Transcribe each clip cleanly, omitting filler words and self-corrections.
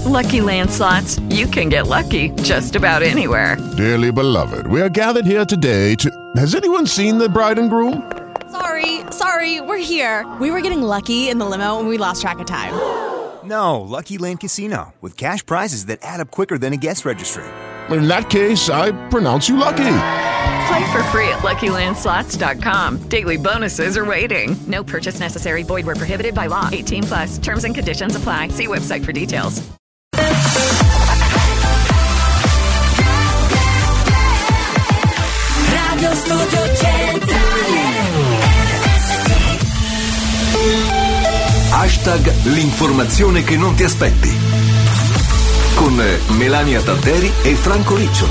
Lucky Land Slots, you can get lucky just about anywhere. Dearly beloved, we are gathered here today to... Has anyone seen the bride and groom? Sorry, we're here. We were getting lucky in the limo and we lost track of time. No, Lucky Land Casino, with cash prizes that add up quicker than a guest registry. In that case, I pronounce you lucky. Play for free at LuckyLandSlots.com. Daily bonuses are waiting. No purchase necessary. Void where prohibited by law. 18+. Terms and conditions apply. See website for details. Radio Studio Centrale. Hashtag l'informazione che non ti aspetti. Con Melania Tadderi e Franco Riccioli.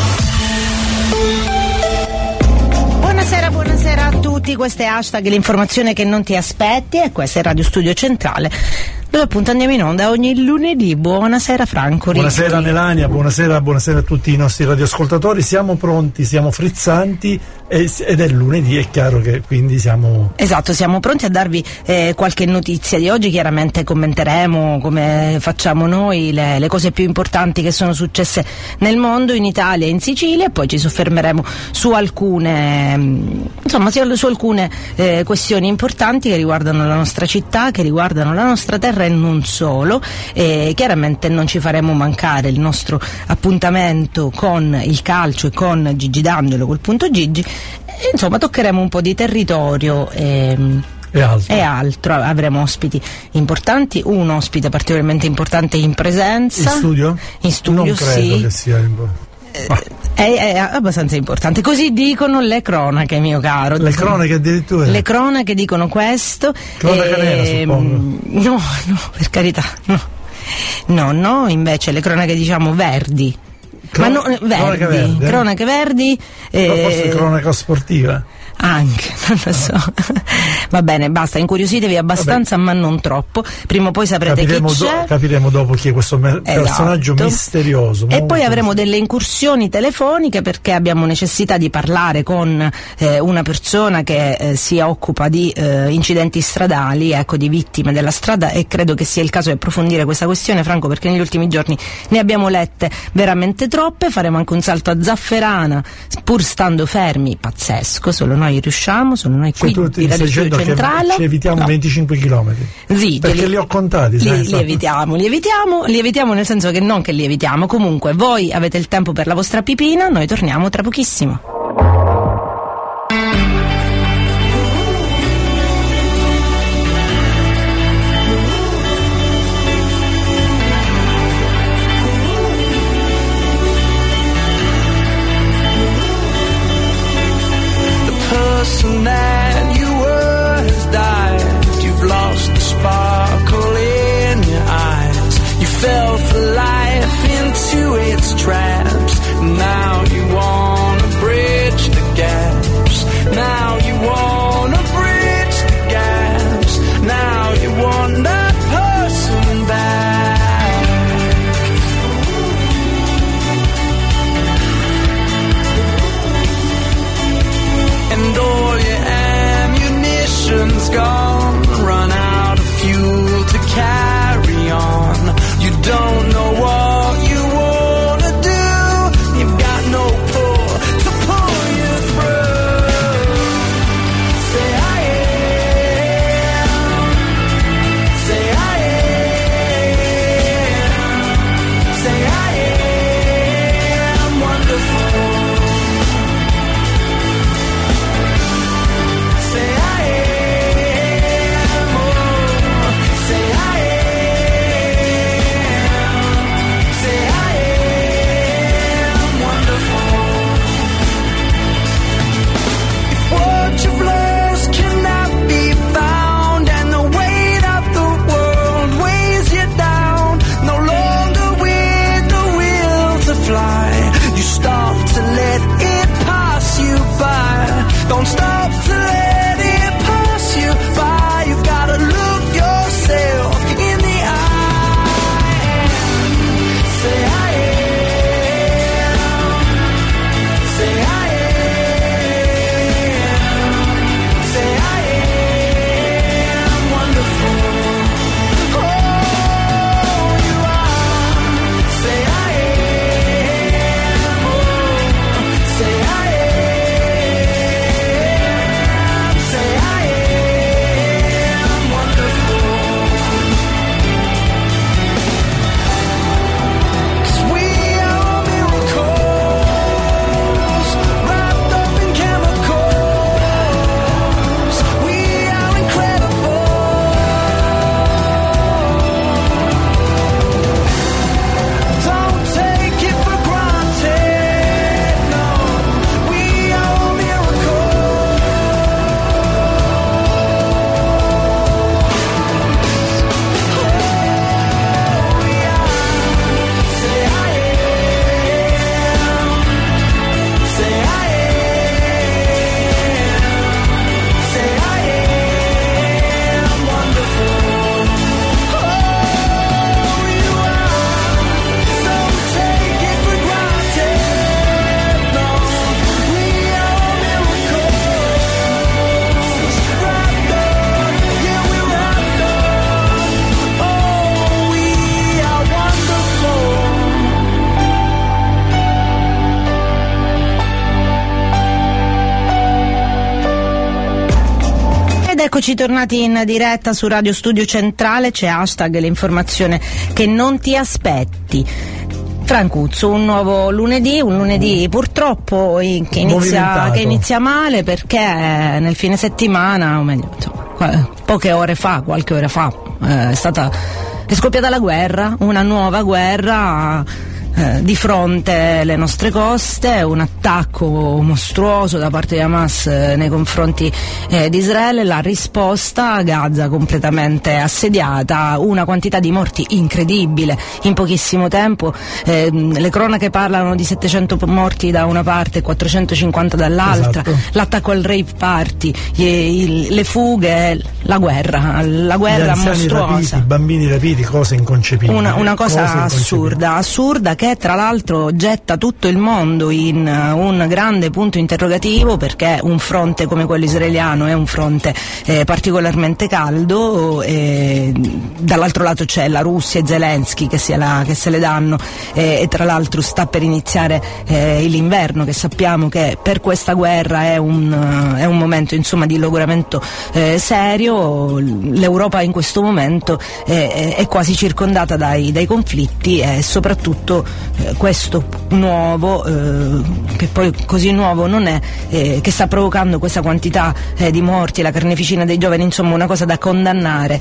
Buonasera a tutti, questo è Hashtag l'informazione che non ti aspetti e questo è Radio Studio Centrale, dove appunto andiamo in onda ogni lunedì. Buonasera Franco Riccioli. Buonasera Melania, buonasera a tutti i nostri radioascoltatori. Siamo pronti, siamo frizzanti ed è lunedì, è chiaro che quindi siamo... Esatto, siamo pronti a darvi qualche notizia di oggi. Chiaramente commenteremo, come facciamo noi, le cose più importanti che sono successe nel mondo, in Italia e in Sicilia, e poi ci soffermeremo su alcune questioni importanti che riguardano la nostra città, che riguardano la nostra terra e non solo. Chiaramente non ci faremo mancare il nostro appuntamento con il calcio e con Gigi D'Angelo, col punto Gigi. Insomma, toccheremo un po' di territorio e altro. Avremo ospiti importanti, un ospite particolarmente importante in presenza. In studio? In studio, non credo sì. Che sia è abbastanza importante, così dicono le cronache, mio caro. Le cronache addirittura? Le cronache dicono questo. Cronaca nera, suppongo. No, per carità, no, invece le cronache diciamo verdi. Cronache verdi. Forse cronaca sportiva. Anche, non lo so. Va bene, basta, incuriositevi abbastanza, ma non troppo. Prima o poi saprete chi c'è. Capiremo dopo chi è questo personaggio misterioso. E poi avremo delle incursioni telefoniche, perché abbiamo necessità di parlare con una persona che si occupa di incidenti stradali, ecco, di vittime della strada, e credo che sia il caso di approfondire questa questione, Franco, perché negli ultimi giorni ne abbiamo lette veramente troppe. Faremo anche un salto a Zafferana, pur stando fermi, pazzesco, solo noi riusciamo, sono noi qui di Radio Studio Centrale. Ci evitiamo 25 chilometri. Sì, perché li ho contati. Li evitiamo nel senso che non che li evitiamo. Comunque voi avete il tempo per la vostra pipina, noi torniamo tra pochissimo. That you were has died. You've lost the sparkle in your eyes. You fell for life into its traps. Now you wanna bridge the gaps. Now you wanna bridge the gaps. Now you want that person back. And all your ammunition's gone, run out of fuel to carry on. You don't know what you wanna do. Eccoci tornati in diretta su Radio Studio Centrale, c'è hashtag l'informazione che non ti aspetti. Francuzzo, un nuovo lunedì, purtroppo che inizia male, perché nel fine settimana, o meglio, insomma, qualche ore fa, è scoppiata la guerra, una nuova guerra di fronte alle nostre coste, un attacco mostruoso da parte di Hamas nei confronti di Israele, la risposta, Gaza completamente assediata, una quantità di morti incredibile in pochissimo tempo, le cronache parlano di 700 morti da una parte e 450 dall'altra, esatto. L'attacco al rave party, le fughe, la guerra mostruosa, rapiti, bambini rapiti, cose inconcepibili, una cosa assurda che tra l'altro getta tutto il mondo in un grande punto interrogativo, perché un fronte come quello israeliano è un fronte particolarmente caldo, dall'altro lato c'è la Russia e Zelensky che se le danno, e tra l'altro sta per iniziare l'inverno, che sappiamo che per questa guerra è un momento, insomma, di logoramento serio. L'Europa in questo momento è quasi circondata dai conflitti, e soprattutto questo nuovo, che poi così nuovo non è, che sta provocando questa quantità di morti, la carneficina dei giovani, insomma una cosa da condannare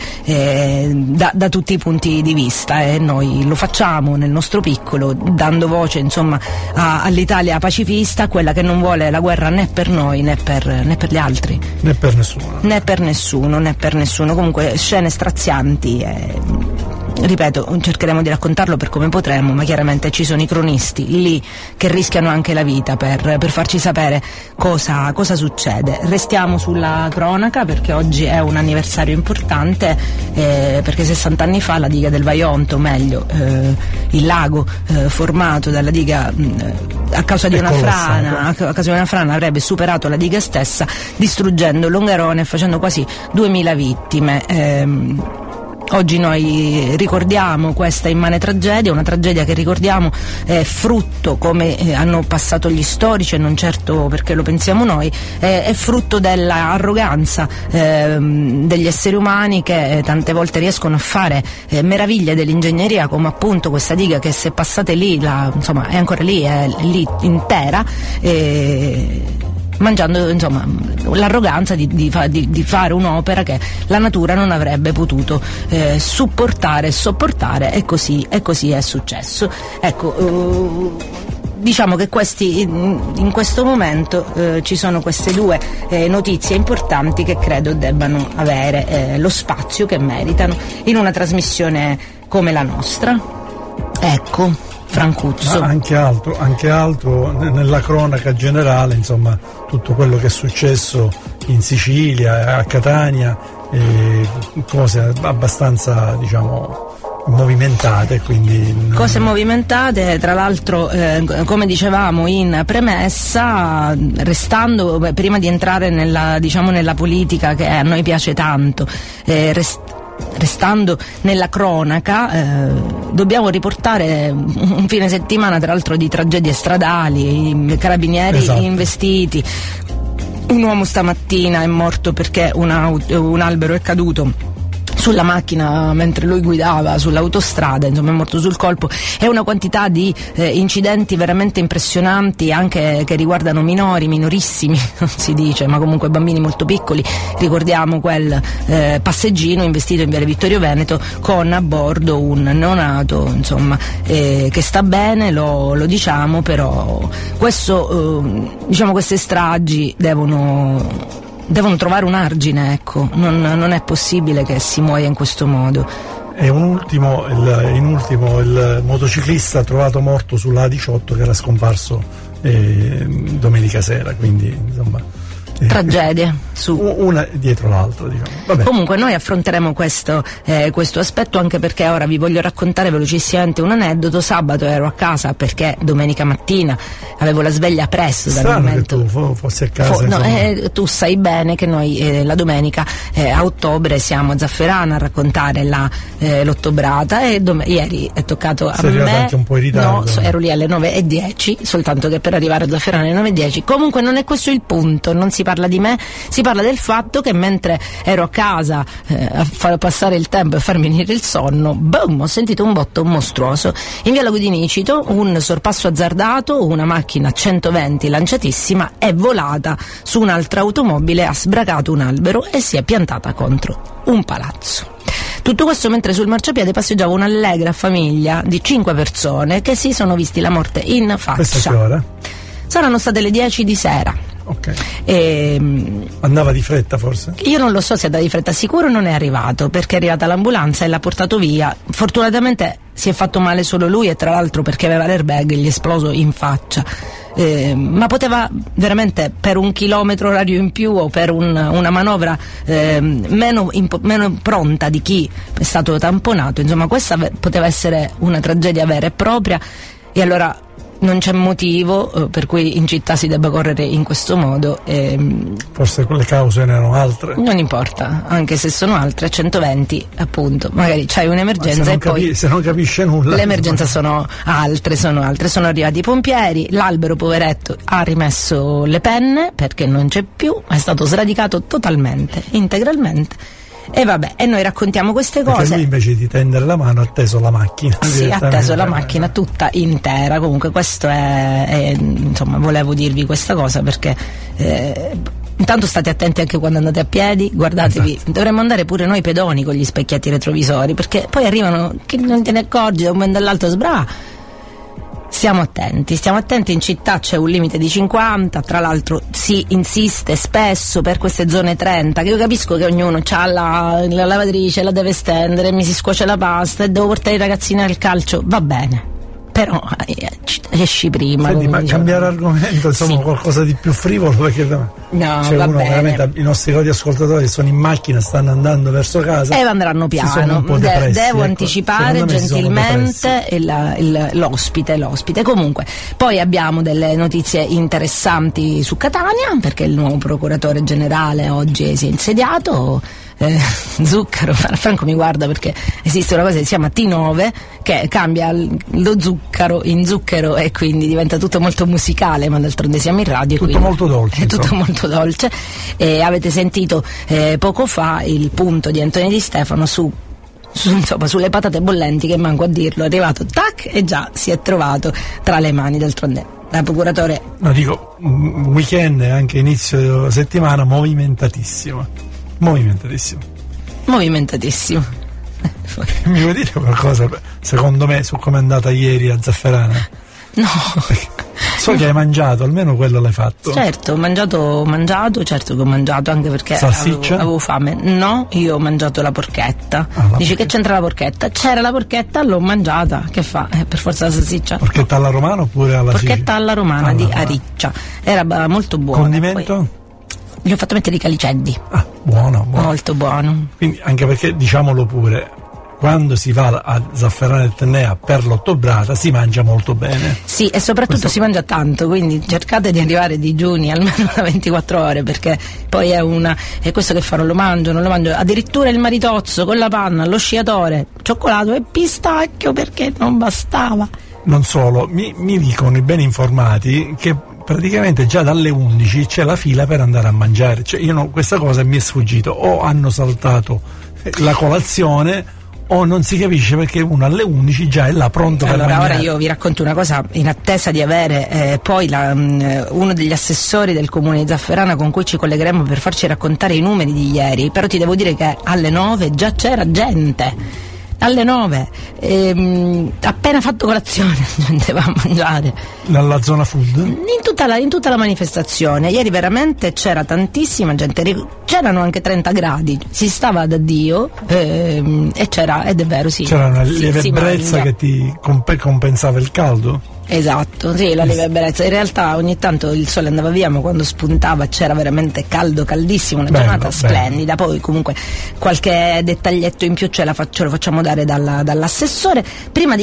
da tutti i punti di vista, e noi lo facciamo nel nostro piccolo, dando voce, insomma, all'Italia pacifista, quella che non vuole la guerra né per noi né per gli altri, né per nessuno. Comunque scene strazianti, ripeto, cercheremo di raccontarlo per come potremo, ma chiaramente ci sono i cronisti lì che rischiano anche la vita per farci sapere cosa succede. Restiamo sulla cronaca, perché oggi è un anniversario importante, perché 60 anni fa la diga del Vajont, o meglio il lago formato dalla diga a causa di una frana avrebbe superato la diga stessa, distruggendo Longarone e facendo quasi 2000 vittime. Oggi noi ricordiamo questa immane tragedia, una tragedia che, ricordiamo, è frutto, come hanno passato gli storici e non certo perché lo pensiamo noi, è frutto dell'arroganza degli esseri umani, che tante volte riescono a fare meraviglie dell'ingegneria, come appunto questa diga che, se passate lì, insomma è ancora lì, è lì intera, mangiando, insomma, l'arroganza di fare un'opera che la natura non avrebbe potuto supportare e sopportare, e così è successo. Ecco, diciamo che in questo momento ci sono queste due notizie importanti che credo debbano avere lo spazio che meritano in una trasmissione come la nostra. Ecco, Francuzzo. Ma anche altro nella cronaca generale, insomma, tutto quello che è successo in Sicilia, a Catania, cose abbastanza, diciamo, movimentate, quindi cose movimentate, tra l'altro, come dicevamo in premessa, restando, prima di entrare nella politica che a noi piace tanto, restando nella cronaca, dobbiamo riportare un fine settimana, tra l'altro, di tragedie stradali, i carabinieri, esatto, investiti. Un uomo stamattina è morto perché un albero è caduto sulla macchina mentre lui guidava sull'autostrada, insomma è morto sul colpo. È una quantità di incidenti veramente impressionanti, anche che riguardano minorissimi, non si dice, ma comunque bambini molto piccoli. Ricordiamo quel passeggino investito in Viale Vittorio Veneto con a bordo un neonato, insomma, che sta bene, lo diciamo, però queste stragi devono trovare un argine, ecco, non è possibile che si muoia in questo modo. E in ultimo il motociclista trovato morto sulla A18, che era scomparso domenica sera, quindi insomma tragedie una dietro l'altra, diciamo. Vabbè. Comunque noi affronteremo questo aspetto, anche perché ora vi voglio raccontare velocissimamente un aneddoto. Sabato ero a casa perché domenica mattina avevo la sveglia presto. Strano che tu fossi a casa. Tu sai bene che noi la domenica a ottobre siamo a Zafferana a raccontare l'ottobrata, e ieri è toccato a me. Anche un po' in ritardo. No, ero lì alle 9:10, soltanto che per arrivare a Zafferana alle 9:10. Comunque non è questo il punto, non si parla di me, si parla del fatto che mentre ero a casa a far passare il tempo e farmi venire il sonno, boom, ho sentito un botto mostruoso in via Lago di Nicito, un sorpasso azzardato, una macchina a 120 lanciatissima è volata su un'altra automobile, ha sbragato un albero e si è piantata contro un palazzo. Tutto questo mentre sul marciapiede passeggiava un'allegra famiglia di 5 persone che si sono visti la morte in faccia. Questa che ora? Saranno state le 10 di sera. Ok. Andava di fretta forse? Io non lo so se andava di fretta, sicuro non è arrivato perché è arrivata l'ambulanza e l'ha portato via. Fortunatamente si è fatto male solo lui e tra l'altro perché aveva l'airbag gli è esploso in faccia. Ma poteva veramente per un chilometro orario in più o per una manovra meno pronta di chi è stato tamponato, insomma questa poteva essere una tragedia vera e propria, e allora non c'è motivo per cui in città si debba correre in questo modo. Forse quelle cause erano altre. Non importa, anche se sono altre, 120 appunto, magari c'hai un'emergenza e poi se non capisce nulla. L'emergenza sono altre, sono arrivati i pompieri, l'albero poveretto ha rimesso le penne perché non c'è più, è stato sradicato totalmente, integralmente. E vabbè, e noi raccontiamo queste cose. Perché lui invece di tendere la mano ha teso la macchina. Sì, ha teso la macchina tutta intera. Comunque questo è insomma, volevo dirvi questa cosa perché intanto state attenti anche quando andate a piedi, guardatevi, esatto. Dovremmo andare pure noi pedoni con gli specchietti retrovisori, perché poi arrivano che non te ne accorgi da un momento all'altro, Stiamo attenti, in città c'è un limite di 50, tra l'altro si insiste spesso per queste zone 30, che io capisco che ognuno ha la lavatrice, la deve stendere, mi si scuoce la pasta e devo portare i ragazzini al calcio, va bene, però esci prima. Senti, ma cambiare argomento, insomma, sì. Qualcosa di più frivolo, perché c'è uno bene. Veramente, i nostri radioascoltatori sono in macchina, stanno andando verso casa e andranno piano. Devo anticipare gentilmente l'ospite. Comunque poi abbiamo delle notizie interessanti su Catania, perché il nuovo procuratore generale oggi si è insediato. Zucchero, Franco mi guarda perché esiste una cosa che si chiama T9 che cambia lo zucchero in zucchero e quindi diventa tutto molto musicale, ma d'altronde siamo in radio, tutto molto dolce, è tutto molto dolce. E avete sentito poco fa il punto di Antonio Di Stefano insomma, sulle patate bollenti, che manco a dirlo, è arrivato tac e già si è trovato tra le mani, d'altronde da procuratore. No, dico, weekend e anche inizio settimana movimentatissimo. Mi vuoi dire qualcosa secondo me su come è andata ieri a Zafferana? No. So che hai mangiato, almeno quello l'hai fatto. Certo, ho mangiato, certo che ho mangiato, anche perché avevo fame. No, io ho mangiato la porchetta. Dici che c'entra la porchetta? C'era la porchetta, l'ho mangiata. Che fa? Per forza la salsiccia. Porchetta alla romana oppure alla porchetta alla romana di Ariccia. Era molto buona. Condimento? Poi gli ho fatto mettere i calicelli. Buono. Molto buono. Quindi, anche perché, diciamolo pure, quando si va a Zafferana del Tennea per l'ottobrata si mangia molto bene. Sì, e soprattutto si mangia tanto, quindi cercate di arrivare digiuni almeno da 24 ore, perché poi è questo che farò, lo mangio, addirittura il maritozzo con la panna, lo sciatore, cioccolato e pistacchio, perché non bastava. Non solo, mi dicono i ben informati che praticamente già dalle 11 c'è la fila per andare a mangiare, cioè questa cosa mi è sfuggito, o hanno saltato la colazione o non si capisce, perché uno alle 11 già è là pronto per mangiare. Ora io vi racconto una cosa, in attesa di avere poi uno degli assessori del comune di Zafferana con cui ci collegheremo per farci raccontare i numeri di ieri, però ti devo dire che alle 9 già c'era gente. Alle 9, appena fatto colazione, gente va a mangiare. Nella zona food? In tutta la manifestazione. Ieri veramente c'era tantissima gente, c'erano anche 30 gradi, si stava da Dio e c'era, ed è vero, sì. C'era una lieve ebbrezza che ti compensava il caldo? Esatto, sì, la lieve ebbrezza. In realtà ogni tanto il sole andava via, ma quando spuntava c'era veramente caldo, caldissimo, una giornata splendida. Poi comunque qualche dettaglietto in più ce lo facciamo dare dall'assessore. Prima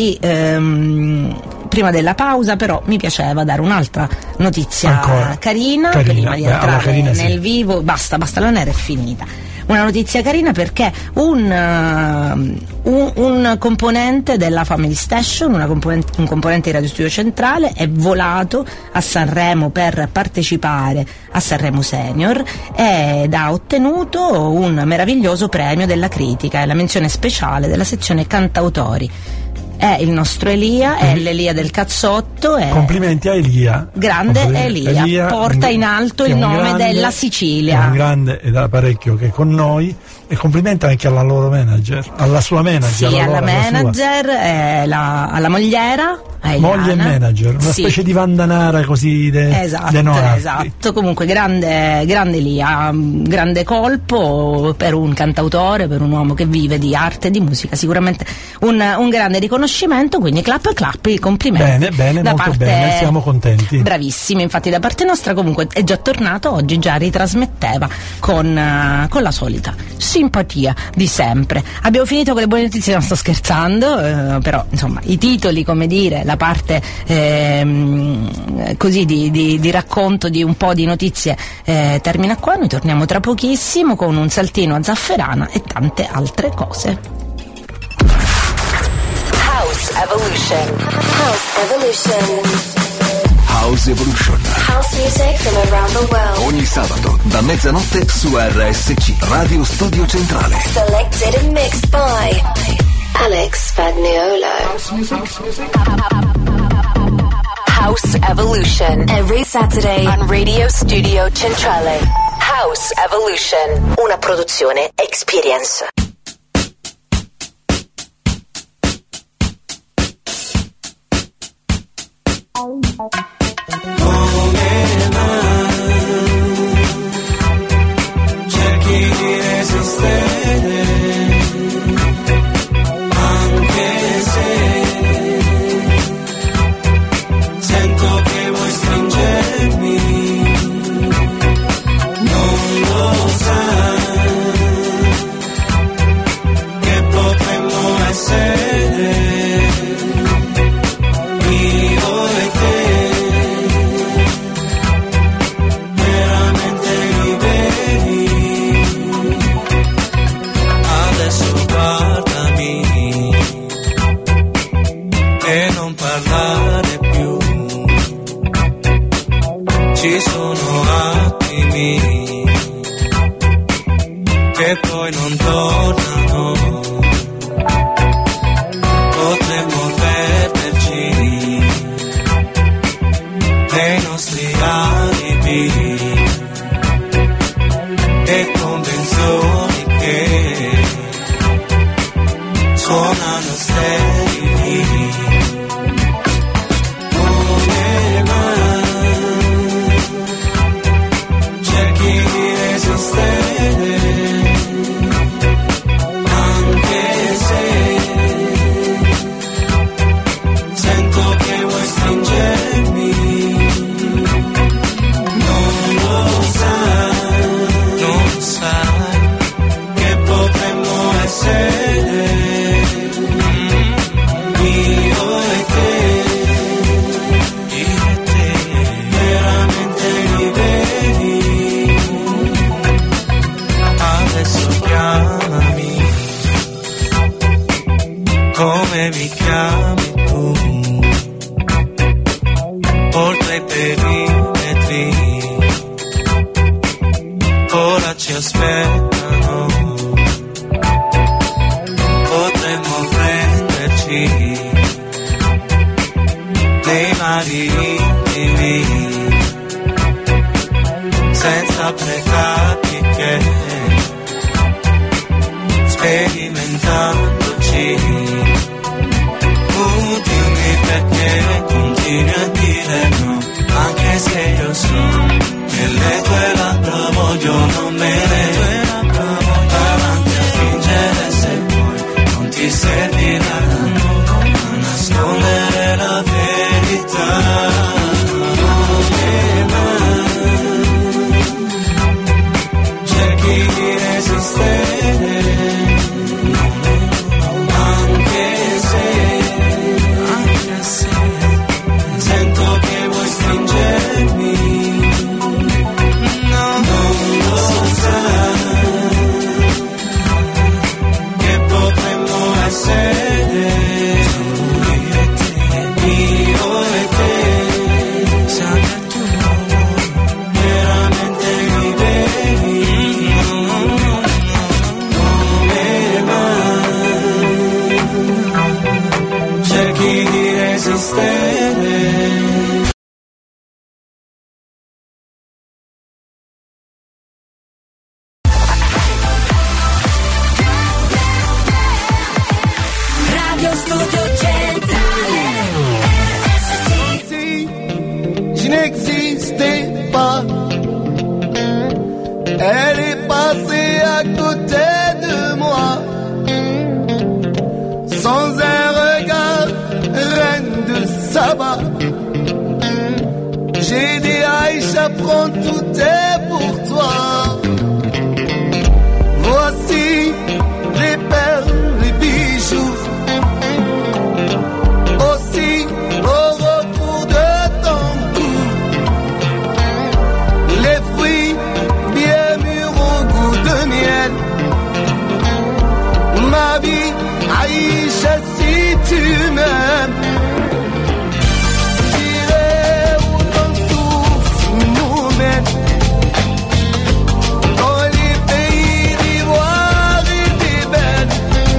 della pausa però mi piaceva dare un'altra notizia carina prima di entrare nel vivo. Basta, la nera è finita. una notizia carina perché un componente della Family Station, un componente di Radio Studio Centrale è volato a Sanremo per partecipare a Sanremo Senior ed ha ottenuto un meraviglioso premio della critica e la menzione speciale della sezione cantautori. È il nostro Elia, è l'Elia del cazzotto. Complimenti a Elia. Grande Elia, porta in alto il nome della Sicilia. È un grande e da parecchio che è con noi. E complimenti anche alla loro manager, alla sua manager. Sì, alla manager, alla mogliera. Moglie e manager, una specie di Vandanara così esatto, comunque grande Elia, grande colpo per un cantautore, per un uomo che vive di arte e di musica, sicuramente un grande riconoscimento, quindi clap, i complimenti. Bene, molto bene, siamo contenti. Bravissimi, infatti da parte nostra comunque è già tornato, oggi già ritrasmetteva con la solita simpatia di sempre. Abbiamo finito con le buone notizie, non sto scherzando, però insomma i titoli, come dire, la parte così di racconto di un po' di notizie termina qua. Noi torniamo tra pochissimo con un saltino a Zafferana e tante altre cose. House Evolution. House Evolution. House music from around the world. Ogni sabato da mezzanotte su RSC Radio Studio Centrale. Selected and mixed by Alex Spagnuolo. House Evolution. Every Saturday on Radio Studio Centrale. House Evolution. Una produzione Experience. Come mai cerchi di resistere, anche se sento che vuoi stringermi, non lo sai che potremmo essere io e te. Ci sono attimi che poi non tornano, potremmo perderci nei nostri alibi e convenzioni che suonano sterili. Come mai cerchi di resistere, anche se sento che vuoi stringermi, non lo sai che potremmo essere io e te. Veramente li vedi, adesso chiamami come mi chiami tu, oltre i perimetri ora ci aspettano, potremmo prenderci nei mari intimi senza pratiche, sperimentandoci. Dimmi perché continui a dire no, anche se io so che le tue labbra vogliono bene. Davanti a fingere se poi non ti servirà a nascondere la verità. Cerchi di resistere, anche se esistere. Radio Studio Centrale. Je n'existais pas. Elle est passée à côté de moi. Sans un regard, reine de Saba. J'ai dit Aïcha, prends tout est pour toi. Voici les perles, les bijoux. Aussi au retour de ton cou, les fruits bien mûrs au goût de miel. Ma vie, Aïcha, si tu m'aimes, j'irai où ton souffle nous mène. Dans les pays d'ivoire et d'ébène,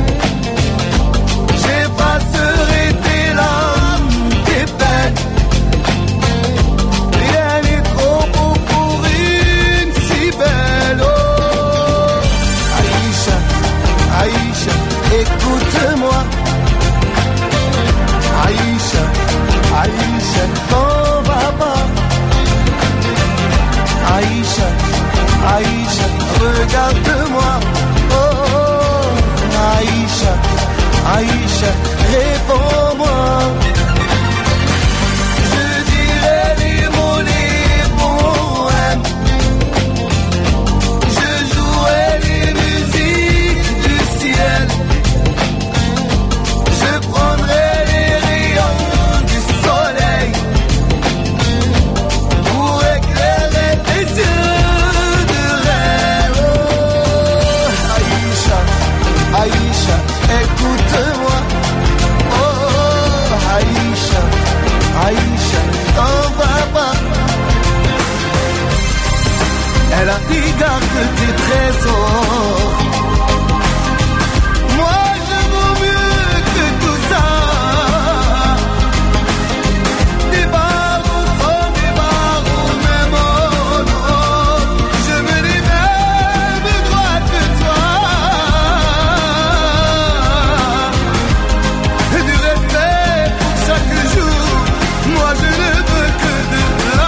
j'effacerai tes larmes, tes peines. Rien n'est trop beau pour une si belle. Oh, Aïcha, Aïcha, écoute-moi. Aïcha, Aïcha, t'en vas pas. Aïcha, Aïcha, regarde-moi. Oh, Aïcha, Aïcha, réponds-moi. Je dirai les mots, les poèmes. Je jouerai les musiques du ciel. Je prendrai les rayons du soleil pour éclairer tes yeux de rêve. Oh, Aïcha, Aïcha, écoute-moi. Oh, Aïcha, Aïcha, t'en vas pas. Elle a dit garde tes trésors. Moi je vaux mieux que tout ça. Des barreaux sont des barreaux, même oh non. Je me dis même droit que toi. Du respect pour chaque jour. Moi je ne veux que de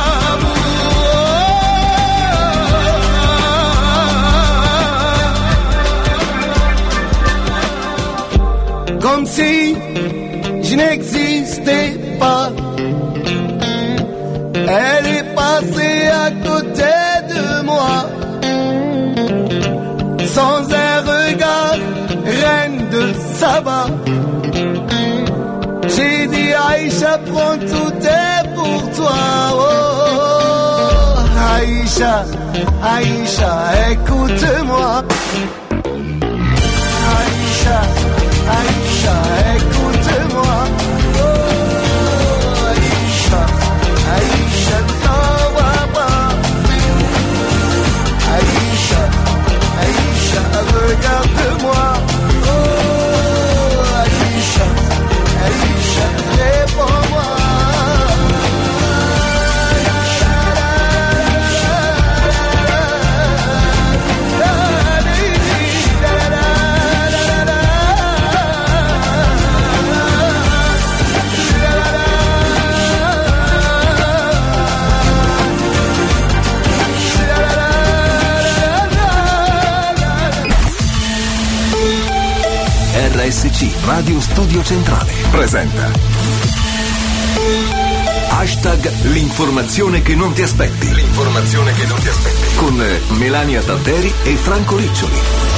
l'amour. Comme si je n'existais pas. Elle est passée à côté de moi. Sans un regard, reine de Saba. J'ai dit Aïcha, prends tout est pour toi. Oh, Aïcha, Aïcha, écoute-moi. Aïcha, Aïcha, écoute-moi. Oh, Aïcha, Aïcha, t'en vas pas. Aïcha, Aïcha, regarde-moi. Oh, Aïcha, Aïcha, réponds-moi. RSC Radio Studio Centrale presenta Hashtag l'informazione che non ti aspetti. L'informazione che non ti aspetti. Con Melania Tadderi e Franco Riccioli.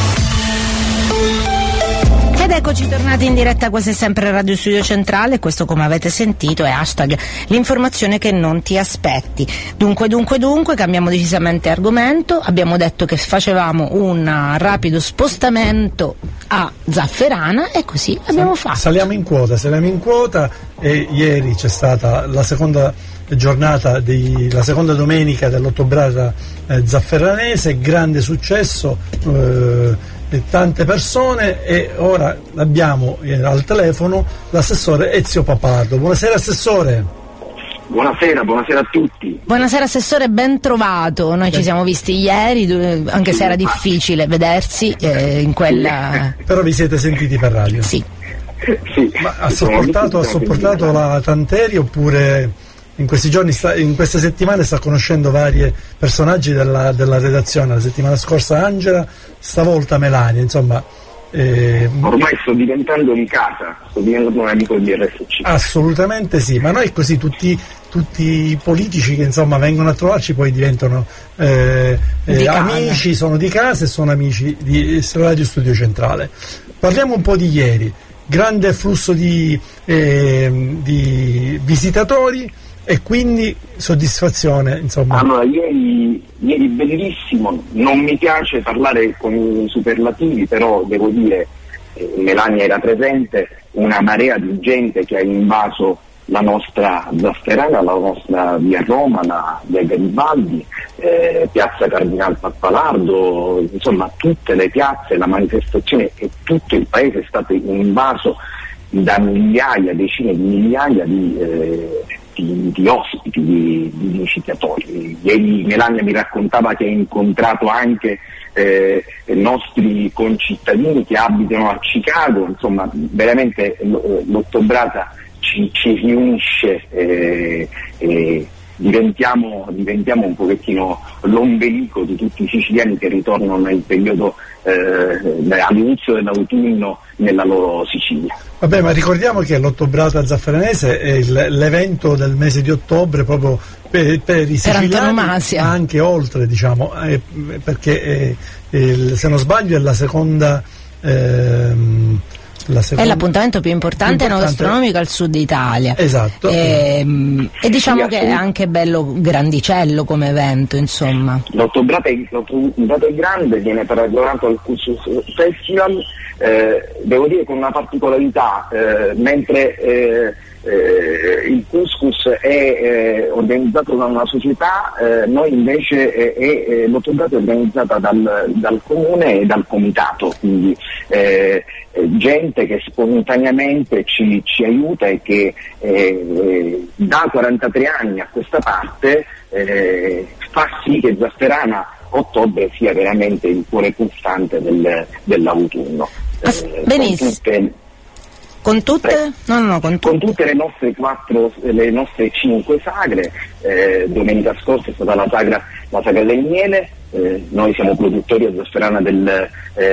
Ed eccoci tornati in diretta, quasi sempre Radio Studio Centrale. Questo, come avete sentito, è hashtag l'informazione che non ti aspetti. Dunque, cambiamo decisamente argomento. Abbiamo detto che facevamo un rapido spostamento a Zafferana e così abbiamo fatto. Saliamo in quota e ieri c'è stata la seconda giornata la seconda domenica dell'ottobrata zafferanese, grande successo. tante persone, e ora abbiamo al telefono l'assessore Ezio Papato. Buonasera assessore. Buonasera a tutti. Buonasera assessore, ben trovato. Noi ci siamo visti ieri, anche se era difficile vedersi in quella... Però vi siete sentiti per radio? Sì. Ma ha sopportato la Tanteri, oppure in questi giorni, in queste settimane sta conoscendo vari personaggi della redazione? La settimana scorsa Angela, stavolta Melania, insomma... Ormai sto diventando di casa, sto diventando un amico di RSC. Assolutamente sì, ma noi così tutti i politici che insomma vengono a trovarci poi diventano amici, sono di casa e sono amici di Radio Studio Centrale. Parliamo un po' di ieri, grande flusso di visitatori e quindi soddisfazione, insomma. Allora, ieri bellissimo, non mi piace parlare con i superlativi, però devo dire, Melania era presente, una marea di gente che ha invaso la nostra Zafferana, la nostra via Roma, la via Garibaldi, piazza Cardinal Pappalardo, insomma tutte le piazze, la manifestazione e tutto il paese è stato invaso da migliaia, decine di migliaia di ospiti, di visitatori. Ieri Melania mi raccontava che ha incontrato anche nostri concittadini che abitano a Chicago, insomma veramente l'Ottobrata ci riunisce, diventiamo un pochettino l'ombelico di tutti i siciliani che ritornano nel periodo all'inizio dell'autunno nella loro Sicilia. Vabbè, ma ricordiamo che l'Ottobrata zafferanese è l'evento del mese di ottobre proprio per i siciliani, ma anche oltre, diciamo, perché se non sbaglio è la seconda... È l'appuntamento più importante enogastronomico al sud Italia. Esatto. E diciamo che è anche bello grandicello come evento, insomma. L'Ottobrata è grande, viene paragonato al Couscous Festival, devo dire con una particolarità, mentre il couscous è organizzato da una società, noi invece l'Ottobrata è organizzata dal comune e dal comitato, quindi gente che spontaneamente ci aiuta e che da 43 anni a questa parte fa sì che Zafferana ottobre sia veramente il cuore pulsante dell'autunno. Benissimo. Con tutte? Con tutte le nostre 5 sagre. Domenica scorsa è stata la sagra del miele. Noi siamo produttori a Zafferana del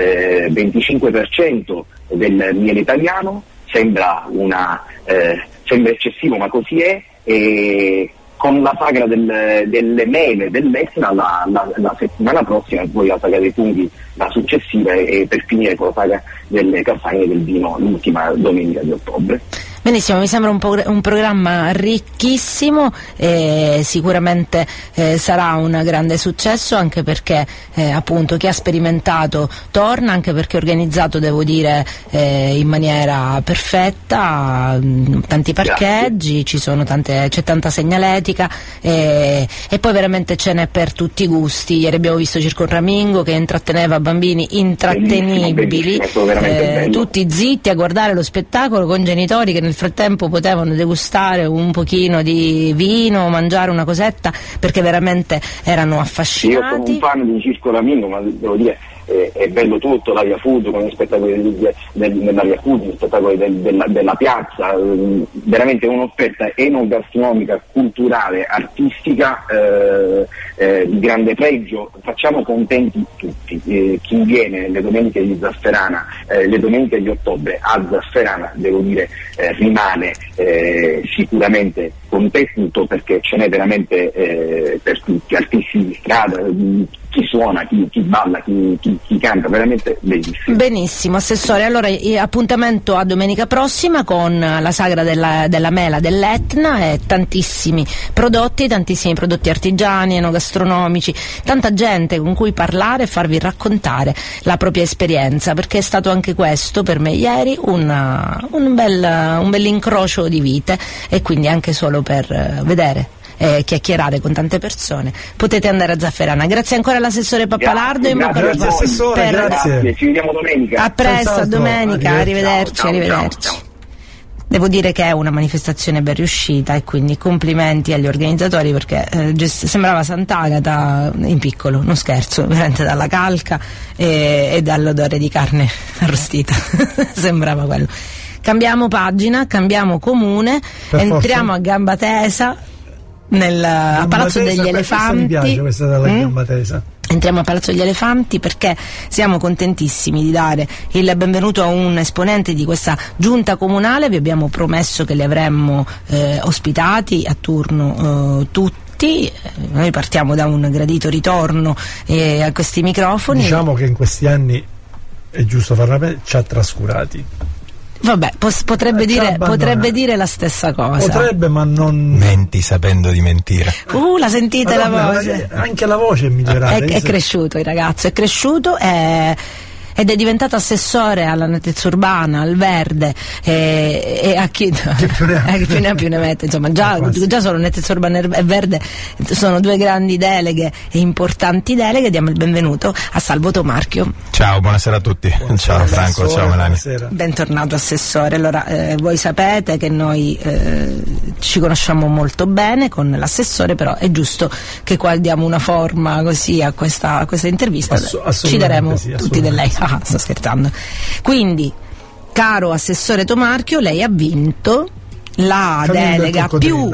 25% del miele italiano. Sembra eccessivo, ma così è. E con la sagra delle mele dell'Etna la settimana prossima, e poi la sagra dei funghi la successiva, e per finire con la sagra delle castagne del vino l'ultima domenica di ottobre. Benissimo, mi sembra un programma ricchissimo, sicuramente sarà un grande successo, anche perché appunto chi ha sperimentato torna, anche perché è organizzato, devo dire, in maniera perfetta, tanti parcheggi, c'è tanta segnaletica, e poi veramente ce n'è per tutti i gusti. Ieri abbiamo visto Circo Ramingo che intratteneva bambini intrattenibili, tutti zitti a guardare lo spettacolo, con genitori che nel frattempo potevano degustare un pochino di vino, mangiare una cosetta, perché veramente erano affascinati. Io sono un fan di Circo Ramingo, ma devo dire è bello tutto, l'Aria Food con gli spettacoli dell'Aria Food, gli spettacoli della piazza, veramente un'offerta enogastronomica, culturale, artistica di grande pregio. Facciamo contenti tutti, chi viene le domeniche di Zafferana, le domeniche di ottobre a Zafferana, devo dire, rimane sicuramente contento, perché ce n'è veramente per tutti, artisti di strada, chi suona, chi balla, chi canta, veramente bellissimo. Benissimo, assessore, allora appuntamento a domenica prossima con la sagra della mela dell'Etna e tantissimi prodotti artigiani, enogastronomici, tanta gente con cui parlare e farvi raccontare la propria esperienza, perché è stato anche questo per me ieri un bel incrocio di vite, e quindi anche solo per vedere chiacchierare con tante persone, potete andare a Zafferana. Grazie ancora all'assessore Pappalardo. Grazie assessore, grazie. Ci vediamo domenica. A presto, a domenica, arrivederci. Ciao. Devo dire che è una manifestazione ben riuscita e quindi complimenti agli organizzatori, perché sembrava Sant'Agata in piccolo, non scherzo, veramente dalla calca e dall'odore di carne arrostita. Sembrava quello. Cambiamo pagina, cambiamo comune, entriamo a gamba tesa a Palazzo degli Elefanti. Mi piace questa della gamba tesa. Entriamo a Palazzo degli Elefanti perché siamo contentissimi di dare il benvenuto a un esponente di questa giunta comunale. Vi abbiamo promesso che li avremmo ospitati a turno tutti. Noi partiamo da un gradito ritorno a questi microfoni. Diciamo che in questi anni, è giusto farla bene, ci ha trascurati. Vabbè, potrebbe dire la stessa cosa. Potrebbe, ma non. Menti sapendo di mentire. La sentite la voce? Anche la voce è migliorata. È cresciuto il ragazzo, è cresciuto ed è diventato assessore alla nettezza urbana, al verde e a chi più ne ha più ne mette. Insomma, già solo nettezza urbana e verde sono due grandi deleghe e importanti deleghe. Diamo il benvenuto a Salvo Tomarchio. Ciao, buonasera a tutti. Ciao Franco, ciao Melania. Bentornato assessore. Allora, voi sapete che noi ci conosciamo molto bene con l'assessore, però è giusto che qua diamo una forma così a questa intervista. Ci daremo tutti del lei. Sto scherzando. Quindi, caro assessore Tomarchio, lei ha vinto la delega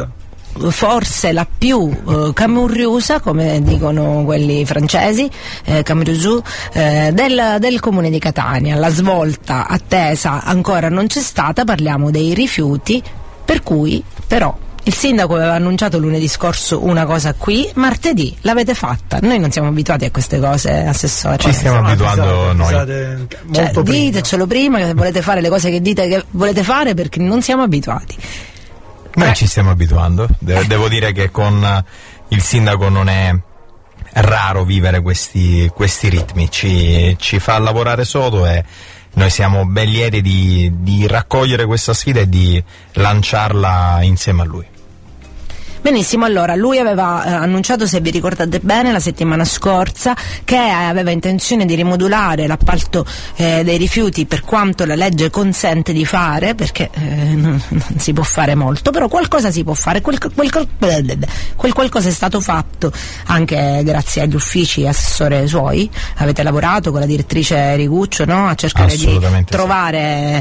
forse la più camurriusa, come dicono quelli francesi, camurriusu, del comune di Catania. La svolta attesa ancora non c'è stata, parliamo dei rifiuti, per cui però il sindaco aveva annunciato lunedì scorso una cosa qui, martedì l'avete fatta. Noi non siamo abituati a queste cose, assessore. Ci stiamo abituando noi. Ditecelo prima che volete fare le cose che dite che volete fare, perché non siamo abituati. Noi ci stiamo abituando. Devo dire che con il sindaco non è raro vivere questi ritmi. Ci fa lavorare sodo e noi siamo ben lieti di raccogliere questa sfida e di lanciarla insieme a lui. Benissimo, allora lui aveva annunciato, se vi ricordate bene, la settimana scorsa che aveva intenzione di rimodulare l'appalto dei rifiuti per quanto la legge consente di fare, perché non si può fare molto, però qualcosa si può fare, quel qualcosa è stato fatto anche grazie agli uffici assessore suoi. Avete lavorato con la direttrice Riguccio, no? A cercare di trovare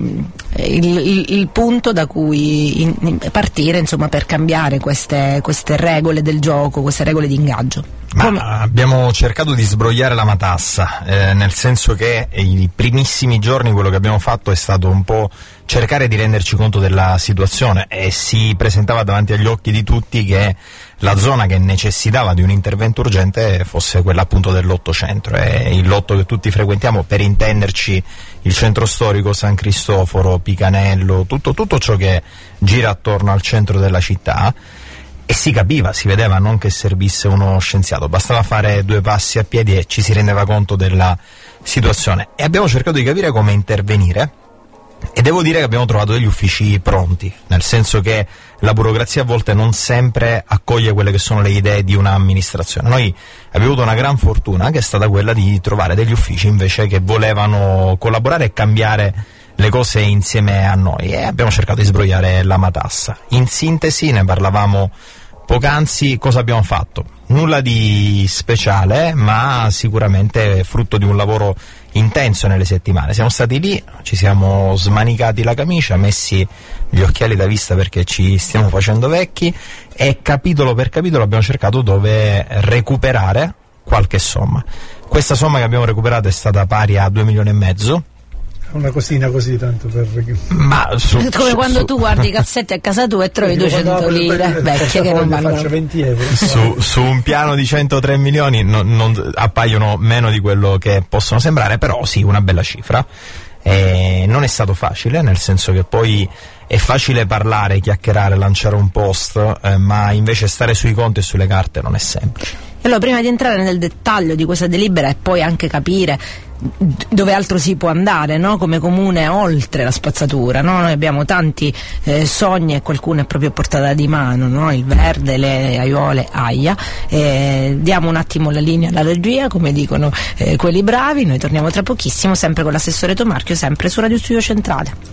il punto da cui partire, insomma, per cambiare queste regole del gioco, queste regole di ingaggio. Abbiamo cercato di sbrogliare la matassa, nel senso che i primissimi giorni quello che abbiamo fatto è stato un po' cercare di renderci conto della situazione, e si presentava davanti agli occhi di tutti che la zona che necessitava di un intervento urgente fosse quella appunto del lotto centro, e il lotto che tutti frequentiamo, per intenderci il centro storico, San Cristoforo, Picanello, tutto ciò che gira attorno al centro della città. E si capiva, si vedeva, non che servisse uno scienziato, bastava fare 2 passi a piedi e ci si rendeva conto della situazione, e abbiamo cercato di capire come intervenire. E devo dire che abbiamo trovato degli uffici pronti, nel senso che la burocrazia a volte non sempre accoglie quelle che sono le idee di un'amministrazione. Noi abbiamo avuto una gran fortuna, che è stata quella di trovare degli uffici invece che volevano collaborare e cambiare le cose insieme a noi, e abbiamo cercato di sbrogliare la matassa. In sintesi, ne parlavamo poc'anzi. Cosa abbiamo fatto? Nulla di speciale, ma sicuramente frutto di un lavoro intenso nelle settimane. Siamo stati lì, ci siamo smanicati la camicia, messi gli occhiali da vista perché ci stiamo facendo vecchi, e capitolo per capitolo abbiamo cercato dove recuperare qualche somma. Questa somma che abbiamo recuperato è stata pari a 2,5 milioni. Una cosina così, tanto per. Ma come quando tu guardi i cassetti a casa tua e trovi 200 lire vecchie che non vanno. Faccio 20 euro. Su un piano di 103 milioni non appaiono meno di quello che possono sembrare, però sì, una bella cifra. Non è stato facile, nel senso che poi è facile parlare, chiacchierare, lanciare un post, ma invece stare sui conti e sulle carte non è semplice. allora, prima di entrare nel dettaglio di questa delibera e poi anche capire dove altro si può andare, no? Come comune oltre la spazzatura, no? Noi abbiamo tanti sogni e qualcuno è proprio a portata di mano, no? Il verde, le aiuole, aia. Diamo un attimo la linea alla regia, come dicono quelli bravi. Noi torniamo tra pochissimo, sempre con l'assessore Tomarchio, sempre su Radio Studio Centrale.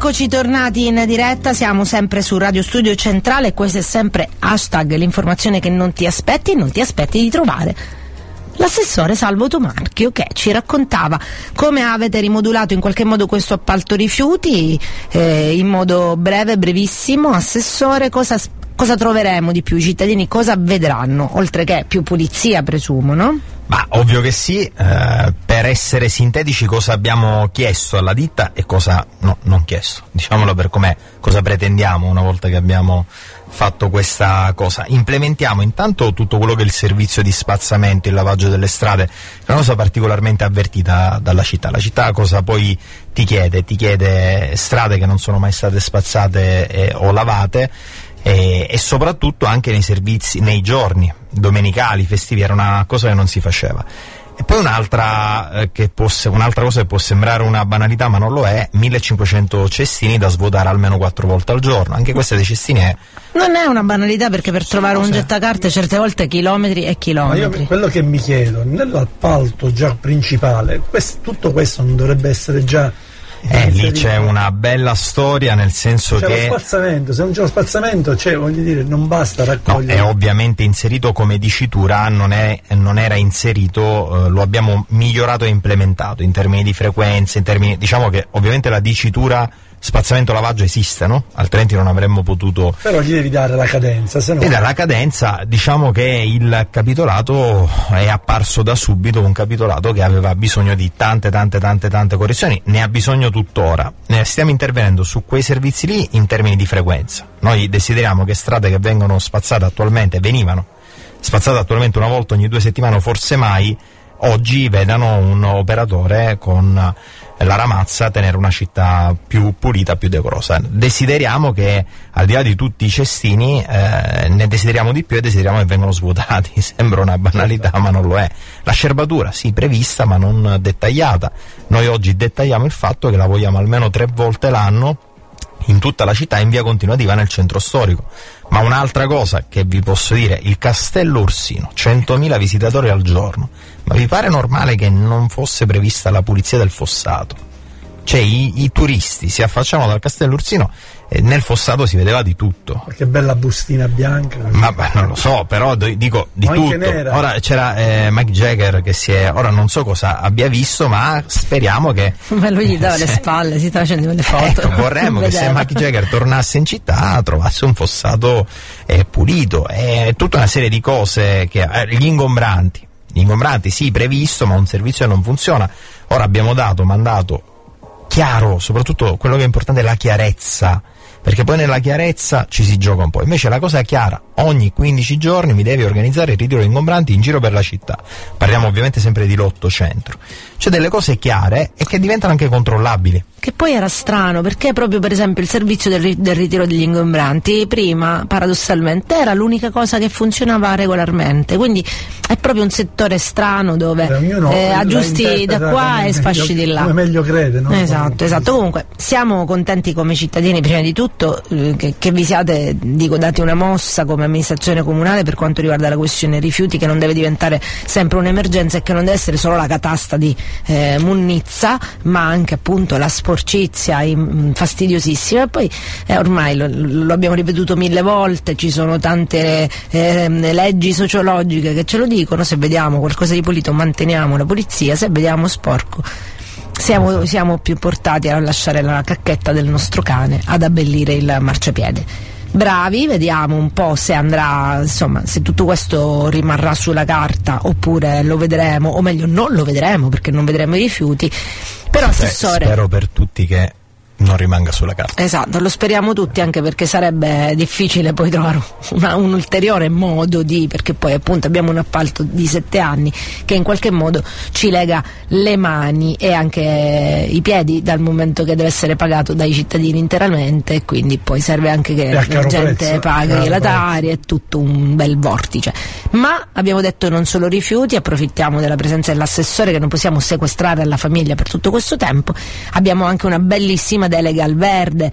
Eccoci tornati in diretta, siamo sempre su Radio Studio Centrale e questo è sempre hashtag l'informazione che non ti aspetti di trovare l'assessore Salvo Tomarchio, che ci raccontava come avete rimodulato in qualche modo questo appalto rifiuti in modo brevissimo. Assessore, cosa troveremo di più? I cittadini cosa vedranno? Oltre che più pulizia, presumo, no? Ma ovvio che sì, per essere sintetici cosa abbiamo chiesto alla ditta e cosa non chiesto, diciamolo per com'è, cosa pretendiamo una volta che abbiamo fatto questa cosa. Implementiamo intanto tutto quello che è il servizio di spazzamento, il lavaggio delle strade, che è una cosa particolarmente avvertita dalla città. La città cosa poi ti chiede? Ti chiede strade che non sono mai state spazzate o lavate, e soprattutto anche nei servizi, nei giorni domenicali, festivi, era una cosa che non si faceva. E poi un'altra cosa che può sembrare una banalità ma non lo è: 1500 cestini da svuotare almeno 4 volte al giorno. Anche queste dei cestini non è una banalità, perché per trovare un gettacarte certe volte chilometri e chilometri. Ma io quello che mi chiedo, nell'appalto già principale, tutto questo non dovrebbe essere già lì c'è una bella storia, nel senso che lo spazzamento, se non c'è lo spazzamento, voglio dire, non basta raccogliere. No, è ovviamente inserito, come dici tu, non era inserito, lo abbiamo migliorato e implementato in termini di frequenze, diciamo che ovviamente la dicitura spazzamento lavaggio esiste, no? Altrimenti non avremmo potuto. Però gli devi dare la cadenza, se no. E dalla cadenza, diciamo che il capitolato è apparso da subito un capitolato che aveva bisogno di tante correzioni, ne ha bisogno tuttora. Stiamo intervenendo su quei servizi lì in termini di frequenza. Noi desideriamo che strade che venivano spazzate attualmente una volta ogni 2 settimane, forse mai, oggi vedano un operatore con la ramazza tenere una città più pulita, più decorosa. Desideriamo che, al di là di tutti i cestini, ne desideriamo di più e desideriamo che vengano svuotati. Sembra una banalità ma non lo è. La scerbatura sì, prevista ma non dettagliata. Noi oggi dettagliamo il fatto che la vogliamo almeno 3 volte l'anno in tutta la città, in via continuativa nel centro storico. Ma un'altra cosa che vi posso dire: il Castello Ursino, 100.000 visitatori al giorno, ma vi pare normale che non fosse prevista la pulizia del fossato? Cioè i turisti si affacciavano dal Castello Ursino e nel fossato si vedeva di tutto. Che bella bustina bianca. Ma non lo so, però dico di tutto. Nera. Ora c'era Mick Jagger che ora non so cosa abbia visto, ma speriamo che. Ma lui gli dava le spalle, si stava facendo delle foto. Ecco, vorremmo che se Mick Jagger tornasse in città trovasse un fossato pulito. È tutta una serie di cose che gli ingombranti sì, previsto, ma un servizio che non funziona. Ora abbiamo mandato chiaro, soprattutto quello che è importante è la chiarezza, perché poi nella chiarezza ci si gioca un po'. Invece la cosa è chiara: ogni 15 giorni mi devi organizzare il ritiro di ingombranti in giro per la città. Parliamo ovviamente sempre di lotto centro. Cioè delle cose chiare e che diventano anche controllabili. Che poi era strano, perché proprio per esempio il servizio del ritiro degli ingombranti prima, paradossalmente, era l'unica cosa che funzionava regolarmente, quindi è proprio un settore strano dove aggiusti da qua e sfasci di là. Come meglio crede, no? Esatto. Comunque siamo contenti come cittadini, prima di tutto, che vi siate, dati una mossa come amministrazione comunale per quanto riguarda la questione rifiuti, che non deve diventare sempre un'emergenza e che non deve essere solo la catasta di Munnizza, ma anche appunto la sporcizia fastidiosissima. E poi ormai lo abbiamo ripetuto 1000 volte, ci sono tante leggi sociologiche che ce lo dicono: se vediamo qualcosa di pulito manteniamo la pulizia, se vediamo sporco siamo più portati a lasciare la cacchetta del nostro cane ad abbellire il marciapiede. Bravi, vediamo un po' se andrà, insomma, se tutto questo rimarrà sulla carta oppure lo vedremo, o meglio non lo vedremo, perché non vedremo i rifiuti. Però assessore, spero per tutti che non rimanga sulla carta. Esatto, lo speriamo tutti, anche perché sarebbe difficile poi trovare un ulteriore modo perché poi appunto abbiamo un appalto di 7 anni che in qualche modo ci lega le mani e anche i piedi, dal momento che deve essere pagato dai cittadini interamente, e quindi poi serve anche che la gente paghi la Tari, è tutto un bel vortice. Ma abbiamo detto non solo rifiuti, approfittiamo della presenza dell'assessore che non possiamo sequestrare alla famiglia per tutto questo tempo. Abbiamo anche una bellissima delega al verde,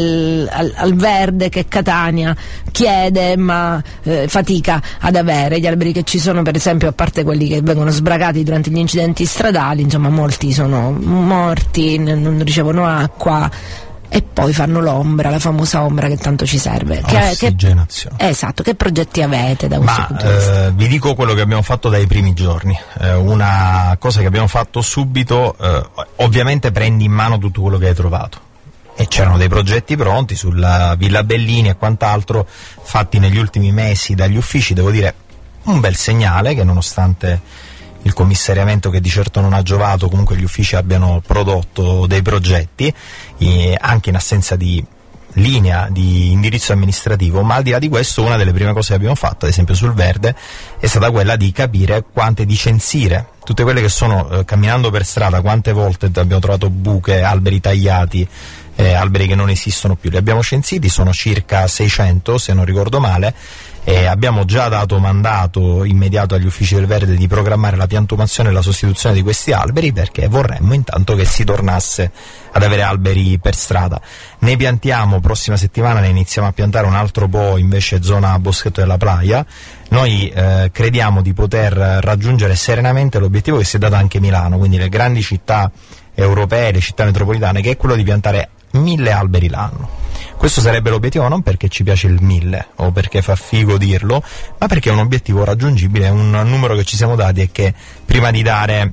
al verde che Catania chiede ma fatica ad avere. Gli alberi che ci sono, per esempio, a parte quelli che vengono sbracati durante gli incidenti stradali, insomma molti sono morti, non ricevono acqua. e poi fanno l'ombra, la famosa ombra che tanto ci serve. Ossigenazione. Esatto, che progetti avete da questo punto di vista? Vi dico quello che abbiamo fatto dai primi giorni. Una cosa che abbiamo fatto subito, ovviamente prendi in mano tutto quello che hai trovato. E c'erano dei progetti pronti sulla Villa Bellini e quant'altro, fatti negli ultimi mesi dagli uffici. Devo dire, un bel segnale che nonostante il commissariamento, che di certo non ha giovato, comunque gli uffici abbiano prodotto dei progetti, anche in assenza di linea di indirizzo amministrativo. Ma al di là di questo, una delle prime cose che abbiamo fatto, ad esempio sul verde, è stata quella di capire di censire tutte quelle che sono, camminando per strada, quante volte abbiamo trovato buche, alberi tagliati, alberi che non esistono più. Li abbiamo censiti, sono circa 600 se non ricordo male, e abbiamo già dato mandato immediato agli uffici del verde di programmare la piantumazione e la sostituzione di questi alberi, perché vorremmo intanto che si tornasse ad avere alberi per strada. Ne piantiamo, prossima settimana ne iniziamo a piantare un altro po' invece zona Boschetto della Playa. Noi crediamo di poter raggiungere serenamente l'obiettivo che si è dato anche Milano, quindi le grandi città europee, le città metropolitane, che è quello di piantare 1000 alberi l'anno. Questo sarebbe l'obiettivo, non perché ci piace il 1000 o perché fa figo dirlo, ma perché è un obiettivo raggiungibile, è un numero che ci siamo dati e che prima di dare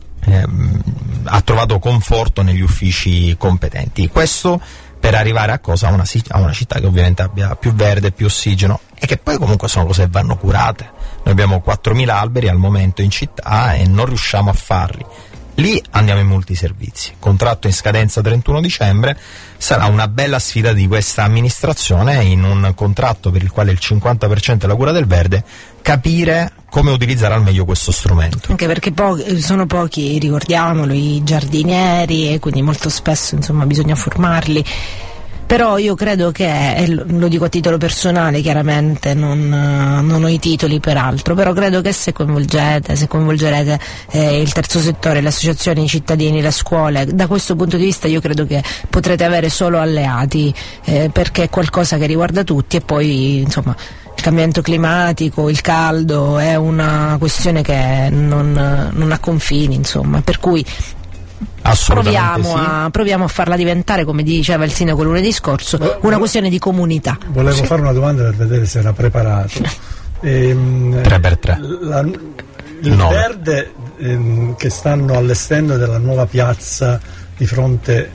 ha trovato conforto negli uffici competenti. Questo per arrivare a cosa? A una città che ovviamente abbia più verde, più ossigeno, e che poi comunque sono cose che vanno curate. Noi abbiamo 4.000 alberi al momento in città e non riusciamo a farli. Lì andiamo in multiservizi, contratto in scadenza 31 dicembre, sarà una bella sfida di questa amministrazione, in un contratto per il quale il 50% è la cura del verde, capire come utilizzare al meglio questo strumento. Anche perché sono pochi, ricordiamolo, i giardinieri, e quindi molto spesso insomma bisogna formarli. Però io credo che, lo dico a titolo personale chiaramente, non ho i titoli peraltro, però credo che se coinvolgerete il terzo settore, le associazioni, i cittadini, le scuole, da questo punto di vista io credo che potrete avere solo alleati, perché è qualcosa che riguarda tutti. E poi insomma il cambiamento climatico, il caldo è una questione che non ha confini, insomma, per cui proviamo a farla diventare, come diceva il sindaco lunedì scorso, una questione di comunità. Volevo fare una domanda per vedere se era preparato. 3x3. Il verde che stanno allestendo della nuova piazza di fronte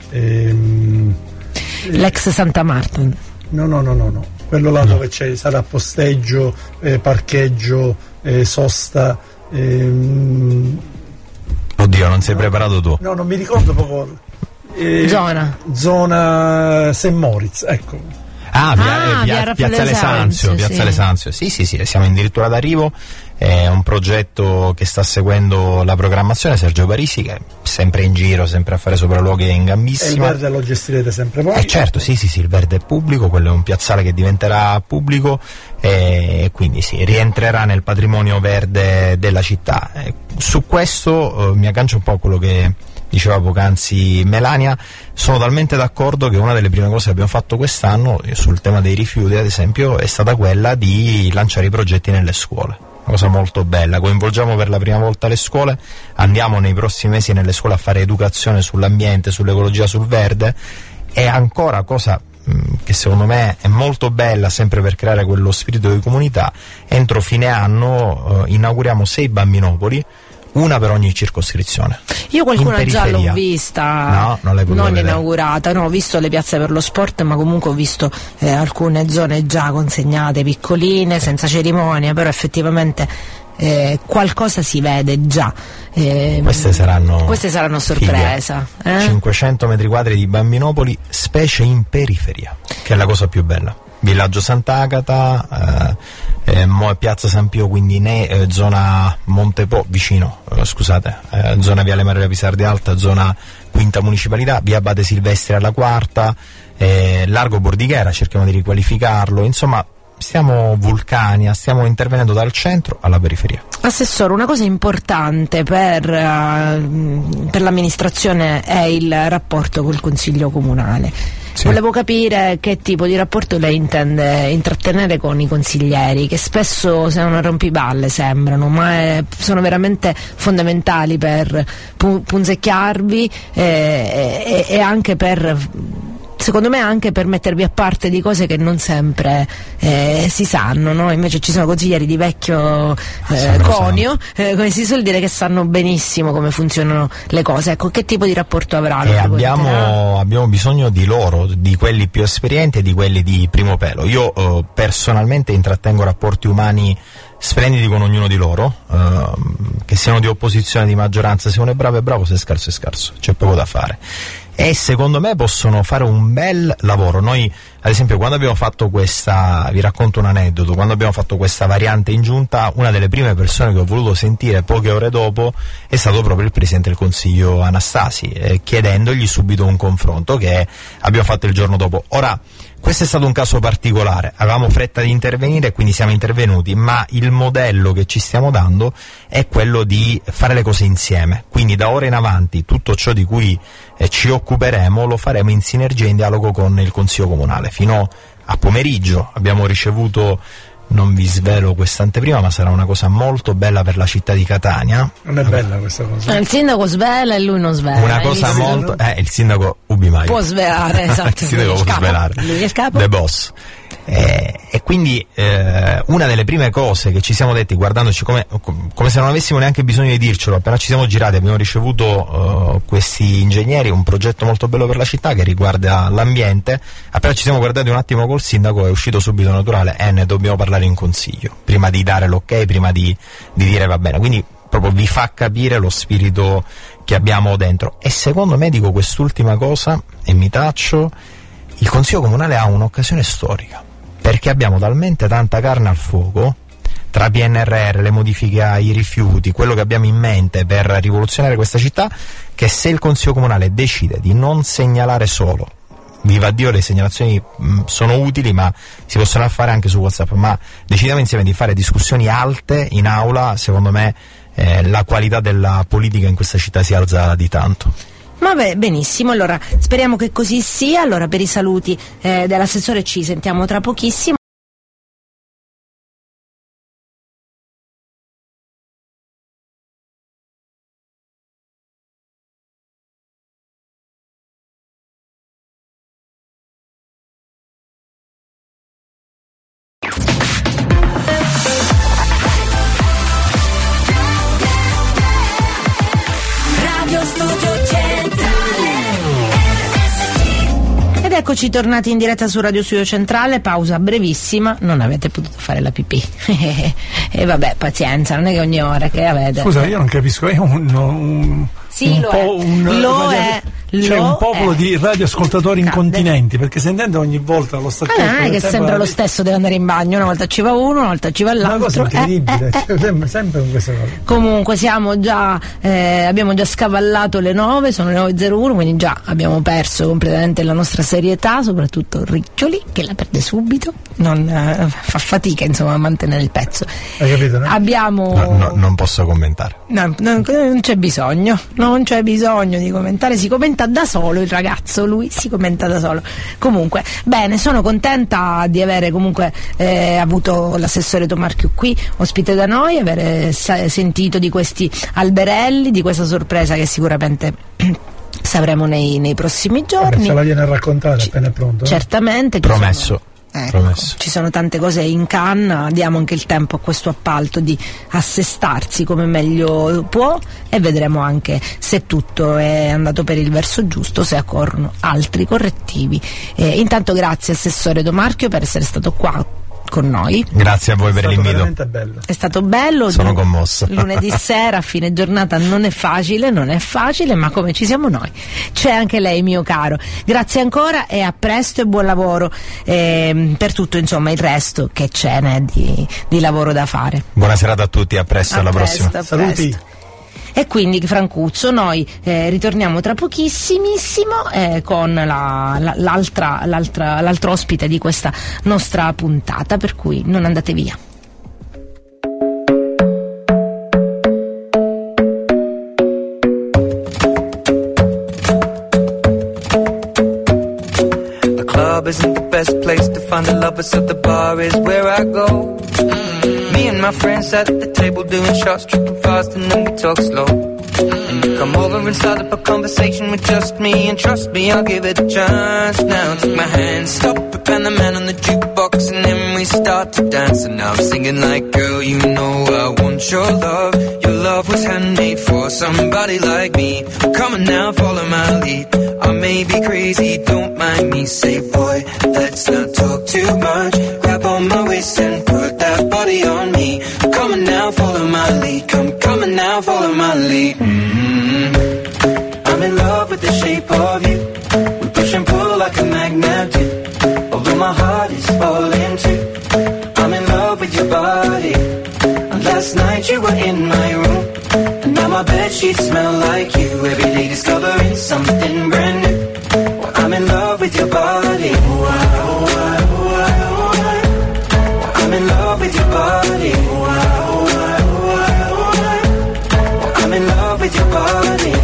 l'ex Santa Marta. No. Quello là dove sarà posteggio, parcheggio, sosta. Oddio, non sei preparato tu? No, non mi ricordo proprio. Zona St. Moritz, ecco. Piazzale Sanzio, Piazzale Sanzio. Sì, siamo addirittura d'arrivo. È un progetto che sta seguendo la programmazione Sergio Parisi, che è sempre in giro, sempre a fare sopralluoghi, è in gambissima. E il verde lo gestirete sempre voi? Certo, sì, il verde è pubblico, quello è un piazzale che diventerà pubblico e quindi rientrerà nel patrimonio verde della città. Su questo mi aggancio un po' a quello che diceva poc'anzi Melania. Sono talmente d'accordo che una delle prime cose che abbiamo fatto quest'anno sul tema dei rifiuti, ad esempio, è stata quella di lanciare i progetti nelle scuole. Una cosa molto bella, coinvolgiamo per la prima volta le scuole, andiamo nei prossimi mesi nelle scuole a fare educazione sull'ambiente, sull'ecologia, sul verde, e ancora cosa che secondo me è molto bella, sempre per creare quello spirito di comunità, entro fine anno inauguriamo 6 bambinopoli, una per ogni circoscrizione. Io qualcuna già l'ho vista, non inaugurata, ho visto le piazze per lo sport, ma comunque ho visto alcune zone già consegnate, piccoline, senza cerimonia, però effettivamente qualcosa si vede già. Queste saranno sorpresa. 500 metri quadri di bambinopoli, specie in periferia, che è la cosa più bella. Villaggio Sant'Agata, Piazza San Pio, quindi zona Montepo, zona Viale Maria Pisardi Alta, zona Quinta Municipalità, via Abate Silvestri alla Quarta, Largo Bordighera, cerchiamo di riqualificarlo, insomma stiamo Vulcania, stiamo intervenendo dal centro alla periferia. Assessore, una cosa importante per l'amministrazione è il rapporto col Consiglio Comunale. Sì. Volevo capire che tipo di rapporto lei intende intrattenere con i consiglieri, che spesso sono rompiballe, sembrano, ma sono veramente fondamentali per punzecchiarvi e anche per secondo me anche per mettervi a parte di cose che non sempre si sanno, no? Invece ci sono consiglieri di vecchio conio, come si suol dire, che sanno benissimo come funzionano le cose. Ecco, che tipo di rapporto avranno? Abbiamo bisogno di loro, di quelli più esperienti e di quelli di primo pelo. Io personalmente intrattengo rapporti umani splendidi con ognuno di loro, che siano di opposizione, di maggioranza. Se uno è bravo, se è scarso, c'è poco da fare. E secondo me possono fare un bel lavoro. Noi, ad esempio, quando abbiamo fatto vi racconto un aneddoto, quando abbiamo fatto questa variante in giunta, una delle prime persone che ho voluto sentire poche ore dopo è stato proprio il Presidente del Consiglio Anastasi, chiedendogli subito un confronto che abbiamo fatto il giorno dopo. Ora, questo è stato un caso particolare, avevamo fretta di intervenire e quindi siamo intervenuti, ma il modello che ci stiamo dando è quello di fare le cose insieme, quindi da ora in avanti tutto ciò di cui ci occuperemo lo faremo in sinergia e in dialogo con il Consiglio Comunale. Fino a pomeriggio abbiamo ricevuto, non vi svelo questa anteprima, ma sarà una cosa molto bella per la città di Catania. Non è bella questa cosa? Il sindaco svela e lui non svela. Una cosa molto... il sindaco Ubi Mai può svelare, esatto. Il sindaco può svelare. Lui è il capo. The boss. E quindi una delle prime cose che ci siamo detti, guardandoci come se non avessimo neanche bisogno di dircelo, appena ci siamo girati abbiamo ricevuto questi ingegneri, un progetto molto bello per la città che riguarda l'ambiente. Appena ci siamo guardati un attimo col sindaco è uscito subito naturale, ne dobbiamo parlare in consiglio prima di dare l'ok, prima di dire va bene. Quindi proprio vi fa capire lo spirito che abbiamo dentro. E secondo me, dico quest'ultima cosa e mi taccio, il Consiglio Comunale ha un'occasione storica, perché abbiamo talmente tanta carne al fuoco, tra PNRR, le modifiche ai rifiuti, quello che abbiamo in mente per rivoluzionare questa città, che se il Consiglio Comunale decide di non segnalare solo, viva Dio, le segnalazioni sono utili, ma si possono fare anche su WhatsApp, ma decidiamo insieme di fare discussioni alte in aula, secondo me la qualità della politica in questa città si alza di tanto. Vabbè, benissimo, allora speriamo che così sia. Allora, per i saluti dell'assessore ci sentiamo tra pochissimo. Eccoci tornati in diretta su Radio Studio Centrale, pausa brevissima, non avete potuto fare la pipì e vabbè, pazienza, non è che ogni ora che avete. Scusa, io non capisco, è c'è un popolo di radioascoltatori incontinenti, perché sentendo ogni volta lo stacchetto non è che sempre lo stesso deve andare in bagno, una volta ci va uno, una volta ci va l'altro. Una cosa incredibile, sempre con questa cosa. Comunque abbiamo già scavallato le 9, sono le 9:01, quindi già abbiamo perso completamente la nostra serietà, soprattutto Riccioli che la perde subito, non fa fatica insomma a mantenere il pezzo. Hai capito, no? Abbiamo non posso commentare. No, non c'è bisogno di commentare, si commenta da solo il ragazzo, lui si commenta da solo. Comunque, bene, sono contenta di avere comunque avuto l'assessore Tomarchiu qui, ospite da noi, avere sentito di questi alberelli, di questa sorpresa che sicuramente sapremo nei prossimi giorni. Ce la viene a raccontare appena è pronto? Certamente. Promesso. Ci sono tante cose in canna, diamo anche il tempo a questo appalto di assestarsi come meglio può e vedremo anche se tutto è andato per il verso giusto, se occorrono altri correttivi. Intanto grazie Assessore Tomarchiu per essere stato qua con noi. Grazie a voi per l'invito. È stato bello. Sono commosso. Lunedì sera a fine giornata non è facile, ma come ci siamo noi c'è anche lei, mio caro. Grazie ancora e a presto e buon lavoro per tutto insomma il resto che ce n'è di lavoro da fare. Buona serata a tutti, a presto, alla prossima. Saluti. E quindi Francuzzo, noi ritorniamo tra pochissimissimo con l'altro ospite di questa nostra puntata, per cui non andate via. The club isn't the best place to find a lover, so the bar is where I go. Me and my friends at the table doing shots, tripping fast and then we talk slow. And you come over and start up a conversation with just me, and trust me, I'll give it a chance. Now take my hand, stop it, and the man on the jukebox, and then we start to dance. And now I'm singing like, girl, you know I want your love. Your love was handmade for somebody like me. Come on now, follow my lead. I may be crazy, don't mind me. Say, boy, let's not talk too much. Grab on my waist and put that body on me. Come on now, follow my lead. Come on now, follow my lead. I'm in love with the shape of you. We push and pull like a magnet do. Although my heart is falling too. I'm in love with your body. And last night you were in my room. And now my bedsheets smell like you. Every day discovering something brand new. Well, I'm in love with your body. I'm in love with your body. I'm in love with your body.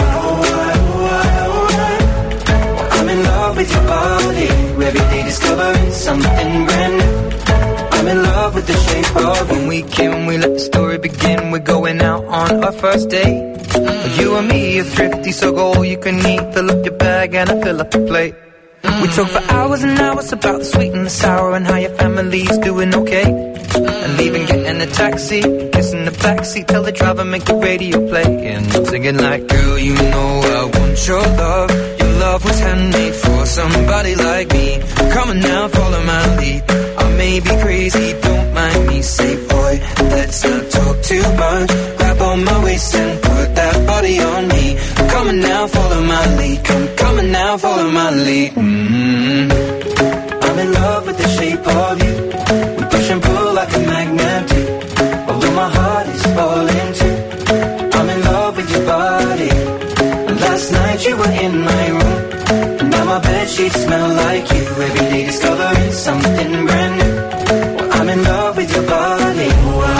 I'm in love with your body. Every day discovering something brand new. I'm in love with the shape of when we came, we let the story begin. We're going out on our first date. You and me are thrifty, so go all you can eat. Fill up your bag and I fill up the plate. We talk for hours and hours about the sweet and the sour and how your family's doing okay. And leaving, getting a taxi, kissing the backseat, tell the driver make the radio play. And I'm singing like, girl, you know I want your love. Your love was handmade for somebody like me. Come on now, follow my lead. I may be crazy, don't mind me. Say, boy, let's not talk too much. Grab on my waist and put that body on me. Come on now, follow my lead. Come on now, follow my lead. I'm in love with the shape of you. We push and pull like a magnet do. Although my heart is falling too. I'm in love with your body. And last night you were in my room. And now my bedsheets smell like you. Every day discovering something brand new. Well, I'm in love with your body.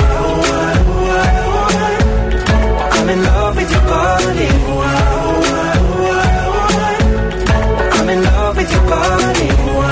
I'm in love with your body. I'm in love with your body.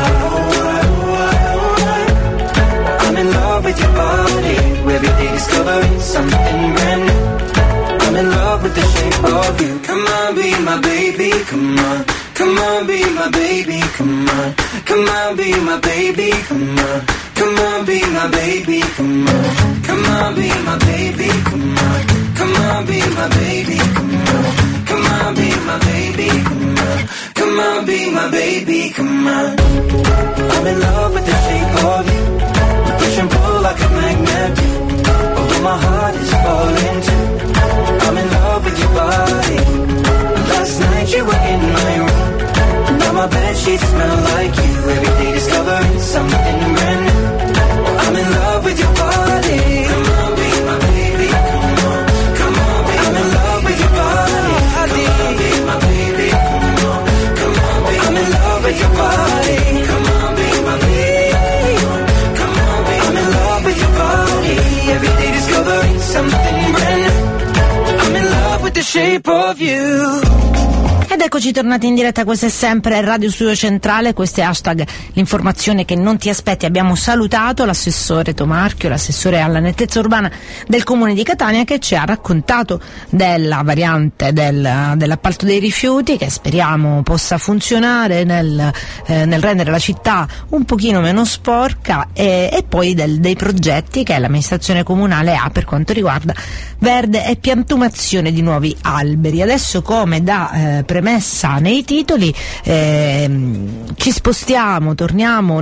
I'm in love with your body. Every day discovering something brand new. I'm in love with the shape of you. Come on, be my baby, come on. Come on, be my baby, come on. Come on, be my baby, come on. Come on, be my baby, come on. Come on, be my baby, come on. Come on, be my baby, come on. Come on, be my baby, come on. Come on, be my baby, come on. I'm in love with the shape of you. We push and pull like a magnet do. Although my heart is falling too. I'm in love with your body. Last night you were in my room. Now my bedsheets smell like you. Every day discovering something brand new. I'm in love with your body. Come on, be my baby, come on. Come on, be I'm in love with your body. Come on, be my baby, come on. Come on, be I'm in love with your body. Come on, be my baby, come on, be I'm in love with your body. Every day discovering something brand new. I'm in love with the shape of you. Ed eccoci tornati in diretta, questo è sempre Radio Studio Centrale, questo è hashtag l'informazione che non ti aspetti. Abbiamo salutato l'assessore Tomarchio, l'assessore alla nettezza urbana del comune di Catania, che ci ha raccontato della variante dell'appalto dei rifiuti, che speriamo possa funzionare nel rendere la città un pochino meno sporca, e poi dei progetti che l'amministrazione comunale ha per quanto riguarda verde e piantumazione di nuovi alberi. Adesso, come da premessa nei titoli, ci spostiamo, torniamo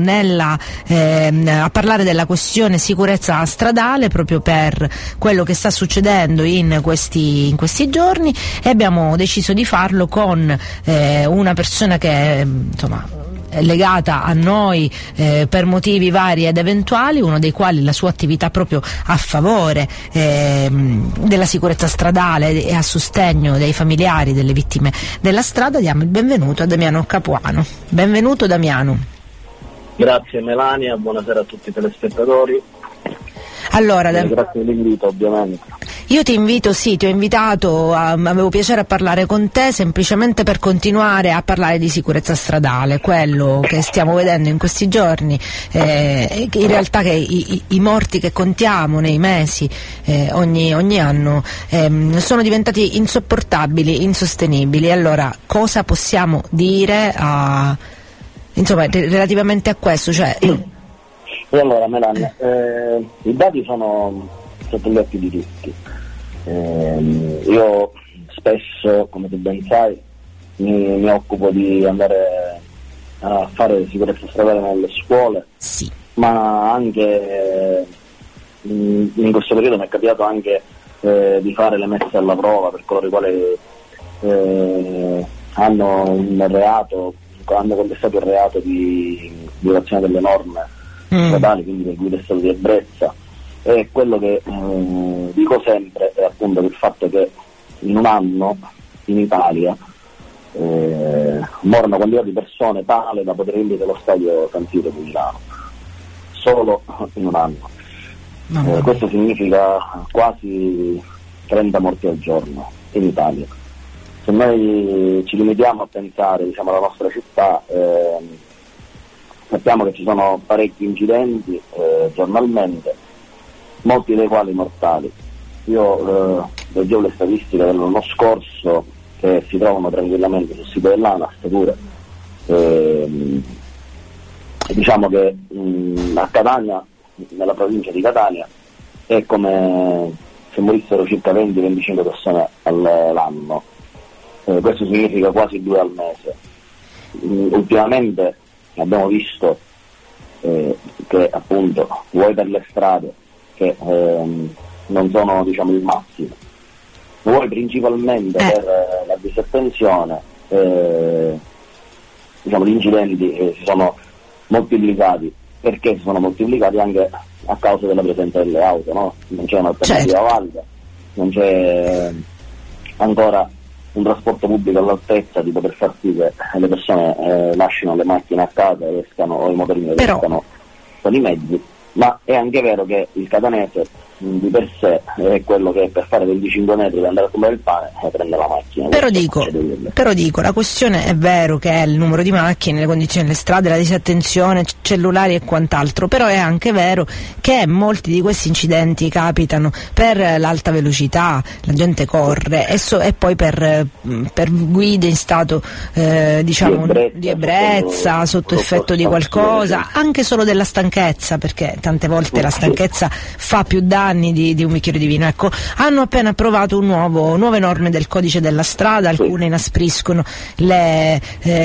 a parlare della questione sicurezza stradale, proprio per quello che sta succedendo in questi giorni, e abbiamo deciso di farlo con una persona che legata a noi per motivi vari ed eventuali, uno dei quali la sua attività proprio a favore della sicurezza stradale e a sostegno dei familiari delle vittime della strada. Diamo il benvenuto a Damiano Capuano. Benvenuto Damiano. Grazie Melania, buonasera a tutti i telespettatori. Allora, grazie dell'invito ovviamente. Io ti ho invitato, avevo piacere a parlare con te semplicemente per continuare a parlare di sicurezza stradale, quello che stiamo vedendo in questi giorni, in realtà che i morti che contiamo nei mesi ogni anno sono diventati insopportabili, insostenibili. Allora, cosa possiamo dire relativamente a questo? E allora Melania, i dati sono sotto gli occhi di tutti. Io spesso, come tu ben sai, mi occupo di andare a fare sicurezza stradale nelle scuole, sì, ma anche in questo periodo mi è capitato anche di fare le messe alla prova per coloro i quali hanno un reato, hanno contestato il reato di violazione delle norme statali, quindi del guida stato di ebbrezza. E quello che dico sempre è appunto il fatto che in un anno in Italia morono quantità di persone tale da poter riempire lo stadio San Siro di Milano, solo in un anno. Questo significa quasi 30 morti al giorno in Italia. Se noi ci limitiamo a pensare, diciamo, alla nostra città, sappiamo che ci sono parecchi incidenti giornalmente, molti dei quali mortali. Io leggevo le statistiche dell'anno scorso che si trovano tranquillamente sul sito dell'ANAS pure. Diciamo che a Catania, nella provincia di Catania, è come se morissero circa 20-25 persone all'anno. Questo significa quasi 2 al mese. Ultimamente abbiamo visto che appunto vuoi per le strade che non sono, diciamo, il massimo, vuoi principalmente per la disattenzione, diciamo, gli incidenti si sono moltiplicati. Perché si sono moltiplicati? Anche a causa della presenza delle auto, no? Non c'è un'alternativa valida, non c'è ancora un trasporto pubblico all'altezza di poter far sì che le persone lasciano le macchine a casa e escano, o i motorini escano con i mezzi. Ma è anche vero che il catanese di per sé è quello che per fare 25 metri per andare a comprare il pane prende la macchina. Però dico, la questione è vero che è il numero di macchine, le condizioni delle strade, la disattenzione, cellulari e quant'altro, però è anche vero che molti di questi incidenti capitano per l'alta velocità, la gente corre e poi per guide in stato diciamo di ebbrezza, sotto effetto di qualcosa, anche solo della stanchezza, perché tante volte la stanchezza fa più danni di un bicchiere di vino. Ecco, hanno appena approvato nuove norme del codice della strada, alcune inaspriscono le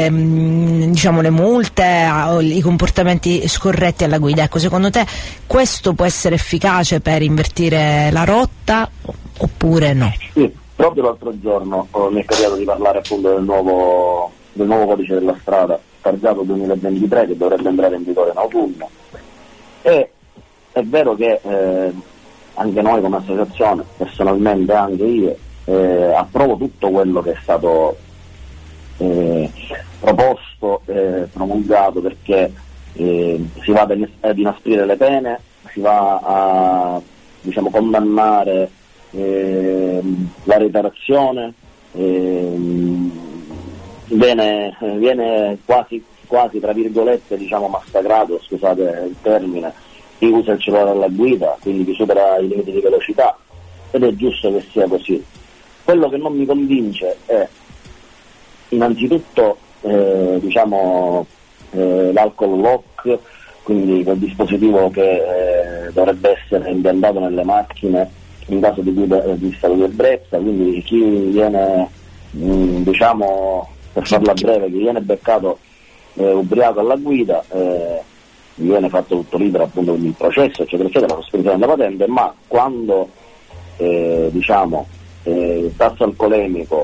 multe, i comportamenti scorretti alla guida. Ecco, secondo te questo può essere efficace per invertire la rotta oppure no? Sì, proprio l'altro giorno mi è capitato di parlare appunto del nuovo codice della strada targato 2023, che dovrebbe entrare in vigore in autunno. E è vero che anche noi come associazione, personalmente anche io, approvo tutto quello che è stato proposto, promulgato, perché si va ad inasprire le pene, si va a, diciamo, condannare la reiterazione, viene quasi tra virgolette, diciamo, massacrato, scusate il termine, chi usa il cellulare alla guida, quindi chi supera i limiti di velocità, ed è giusto che sia così. Quello che non mi convince è innanzitutto l'alcol lock, quindi quel dispositivo che dovrebbe essere impiantato nelle macchine in caso di guida di stato di ebbrezza, quindi chi viene per farla breve, chi viene beccato ubriaco alla guida, viene fatto tutto libero appunto il processo, eccetera eccetera, la sospensione della patente, ma quando tasso alcolemico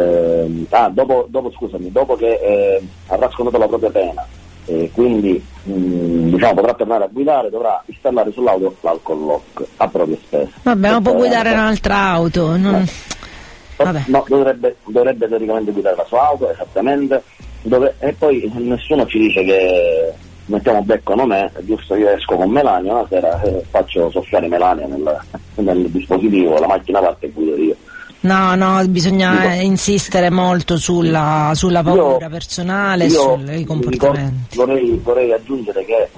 dopo che avrà scontato la propria pena, quindi potrà tornare a guidare, dovrà installare sull'auto l'alcol lock a proprie spese. Vabbè, ma può guidare un'altra auto, non... No, dovrebbe teoricamente guidare la sua auto, esattamente, e poi nessuno ci dice che mettiamo becco a me, giusto, io esco con Melania una sera, faccio soffiare Melania nel dispositivo, la macchina parte e guido io. No, bisogna insistere molto sulla paura personale e sui comportamenti. Vorrei aggiungere che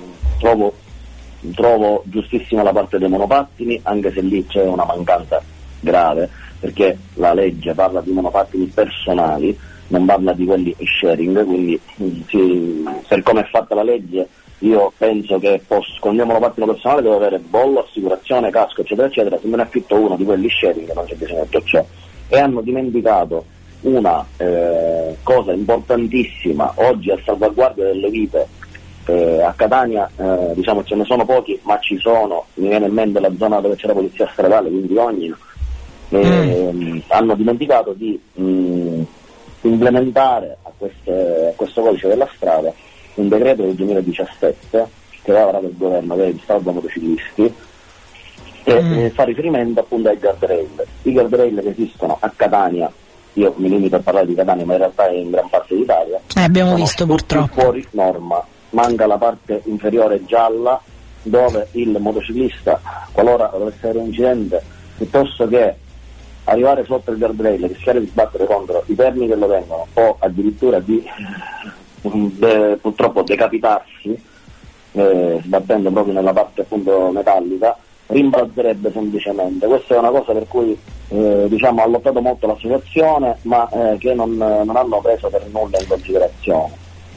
trovo giustissima la parte dei monopattini, anche se lì c'è una mancanza grave, perché la legge parla di monopattini personali, non parla di quelli sharing, quindi per come è fatta la legge io penso che con il mio monopattino personale devo avere bollo, assicurazione, casco eccetera eccetera, se me ne affitto uno di quelli sharing non c'è bisogno di tutto ciò. E hanno dimenticato una cosa importantissima oggi a salvaguardia delle vite. A Catania diciamo ce ne sono pochi, ma ci sono, mi viene in mente la zona dove c'è la polizia stradale, quindi Ognino, hanno dimenticato di implementare a questo codice della strada un decreto del 2017 che aveva varato il governo, che è il Stato dei motociclisti, e fa riferimento appunto ai guardrail. I guardrail che esistono a Catania, io mi limito a parlare di Catania ma in realtà è in gran parte d'Italia, abbiamo visto purtroppo fuori norma. Manca la parte inferiore gialla dove il motociclista, qualora dovesse avere un incidente, piuttosto che arrivare sotto il guardrail e rischiare di sbattere contro i perni che lo vengono o addirittura di purtroppo decapitarsi sbattendo proprio nella parte appunto metallica, rimbalzerebbe semplicemente. Questa è una cosa per cui diciamo ha lottato molto l'associazione, ma che non hanno preso per nulla in considerazione.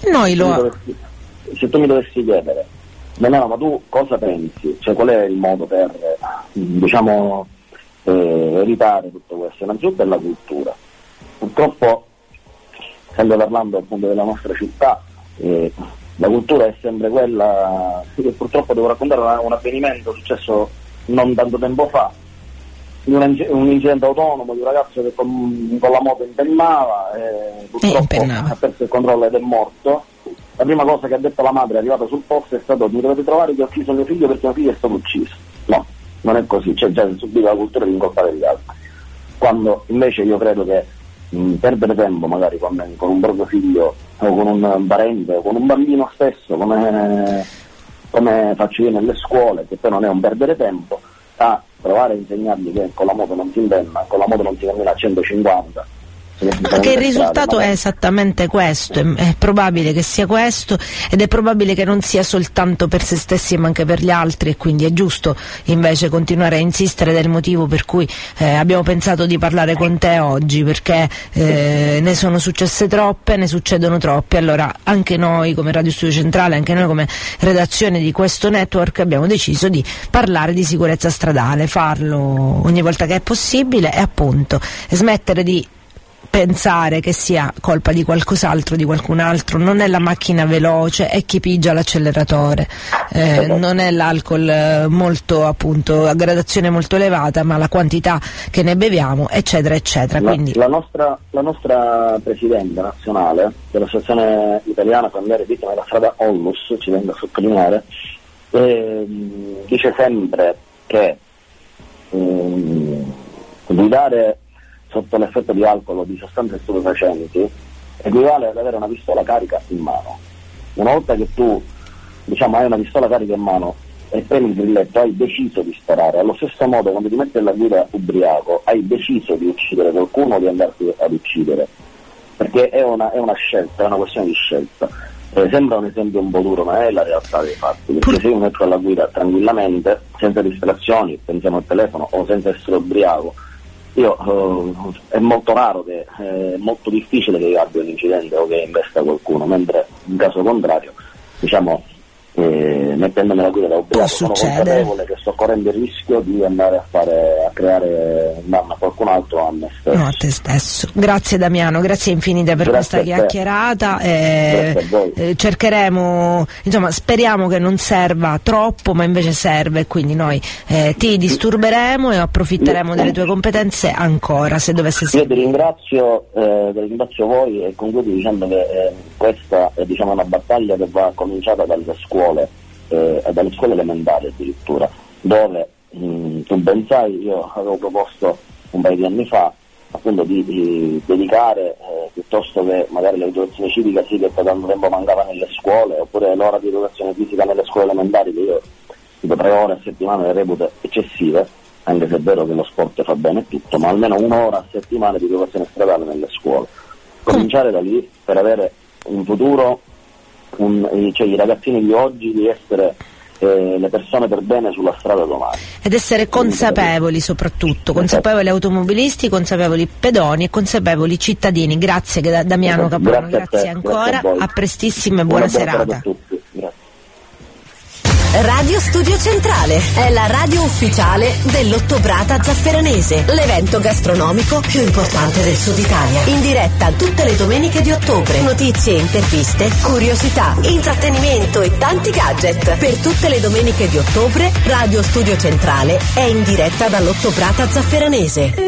Se tu mi dovessi chiedere, ma tu cosa pensi? Cioè qual è il modo per diciamo evitare tutto questo? Innanzitutto è la cultura. Purtroppo, sempre parlando appunto della nostra città, la cultura è sempre quella. Purtroppo devo raccontare un avvenimento successo non tanto tempo fa, di un incidente autonomo di un ragazzo che con la moto impennava e purtroppo ha perso il controllo ed è morto. La prima cosa che ha detto la madre arrivata sul posto è stato: mi dovete trovare che ho ucciso mio figlio perché mio figlio è stato ucciso. No, non è così, c'è già subito la cultura di incolpare gli altri, quando invece io credo che perdere tempo magari con un proprio figlio o con un parente o con un bambino stesso, come faccio io nelle scuole, che poi non è un perdere tempo, a provare a insegnargli che con la moto non si impenna, con la moto non si cammina a 150. Che il risultato è esattamente questo, è probabile che sia questo, ed è probabile che non sia soltanto per se stessi ma anche per gli altri, e quindi è giusto invece continuare a insistere del motivo per cui abbiamo pensato di parlare con te oggi, perché ne sono successe troppe, ne succedono troppe. Allora anche noi come Radio Studio Centrale, anche noi come redazione di questo network abbiamo deciso di parlare di sicurezza stradale, farlo ogni volta che è possibile e appunto smettere di pensare che sia colpa di qualcos'altro, di qualcun altro. Non è la macchina veloce, è chi pigia l'acceleratore, non è l'alcol molto appunto a gradazione molto elevata, ma la quantità che ne beviamo, eccetera eccetera. Quindi la nostra presidente nazionale dell'Associazione Italiana Familiari Vittime della Strada, Onlus, ci vengo a sottolineare, dice sempre che guidare sotto l'effetto di alcol o di sostanze stupefacenti equivale ad avere una pistola carica in mano. Una volta che tu hai una pistola carica in mano e premi il grilletto, hai deciso di sparare. Allo stesso modo, quando ti metti alla guida ubriaco, hai deciso di uccidere qualcuno o di andarti ad uccidere, perché è una scelta, è una questione di scelta. Sembra un esempio un po' duro, ma è la realtà dei fatti, perché se io mi metto alla guida tranquillamente, senza distrazioni, pensiamo al telefono o senza essere ubriaco, è molto raro, è molto difficile che io abbia un incidente o che investa qualcuno, mentre in caso contrario, mettendomi la guida da ubriaco, sono consapevole che sto correndo il rischio di andare a creare un danno a qualcun altro o a me stesso. No, a te stesso. Grazie Damiano, grazie infinite per questa chiacchierata. Cercheremo, speriamo che non serva troppo, ma invece serve, quindi noi ti disturberemo e approfitteremo delle tue competenze ancora, se dovesse essere. Io ti ringrazio voi e concludo dicendo che questa è una battaglia che va cominciata dalle scuole elementari addirittura, dove tu ben sai, io avevo proposto un paio di anni fa appunto di dedicare piuttosto che magari l'educazione civica, sì, che per tanto tempo mancava nelle scuole, oppure l'ora di educazione fisica nelle scuole elementari, che io tipo 3 ore a settimana le reputo eccessive, anche se è vero che lo sport fa bene tutto, ma almeno 1 ora a settimana di educazione stradale nelle scuole. Cominciare da lì per avere in futuro cioè i ragazzini di oggi di essere le persone per bene sulla strada domani. Ed essere consapevoli soprattutto, consapevoli automobilisti, consapevoli pedoni e consapevoli cittadini. Grazie Damiano Capuano, grazie ancora, a prestissimo e buona serata. Radio Studio Centrale è la radio ufficiale dell'Ottobrata Zafferanese, l'evento gastronomico più importante del Sud Italia. In diretta tutte le domeniche di ottobre. Notizie, interviste, curiosità, intrattenimento e tanti gadget. Per tutte le domeniche di ottobre, Radio Studio Centrale è in diretta dall'Ottobrata Zafferanese.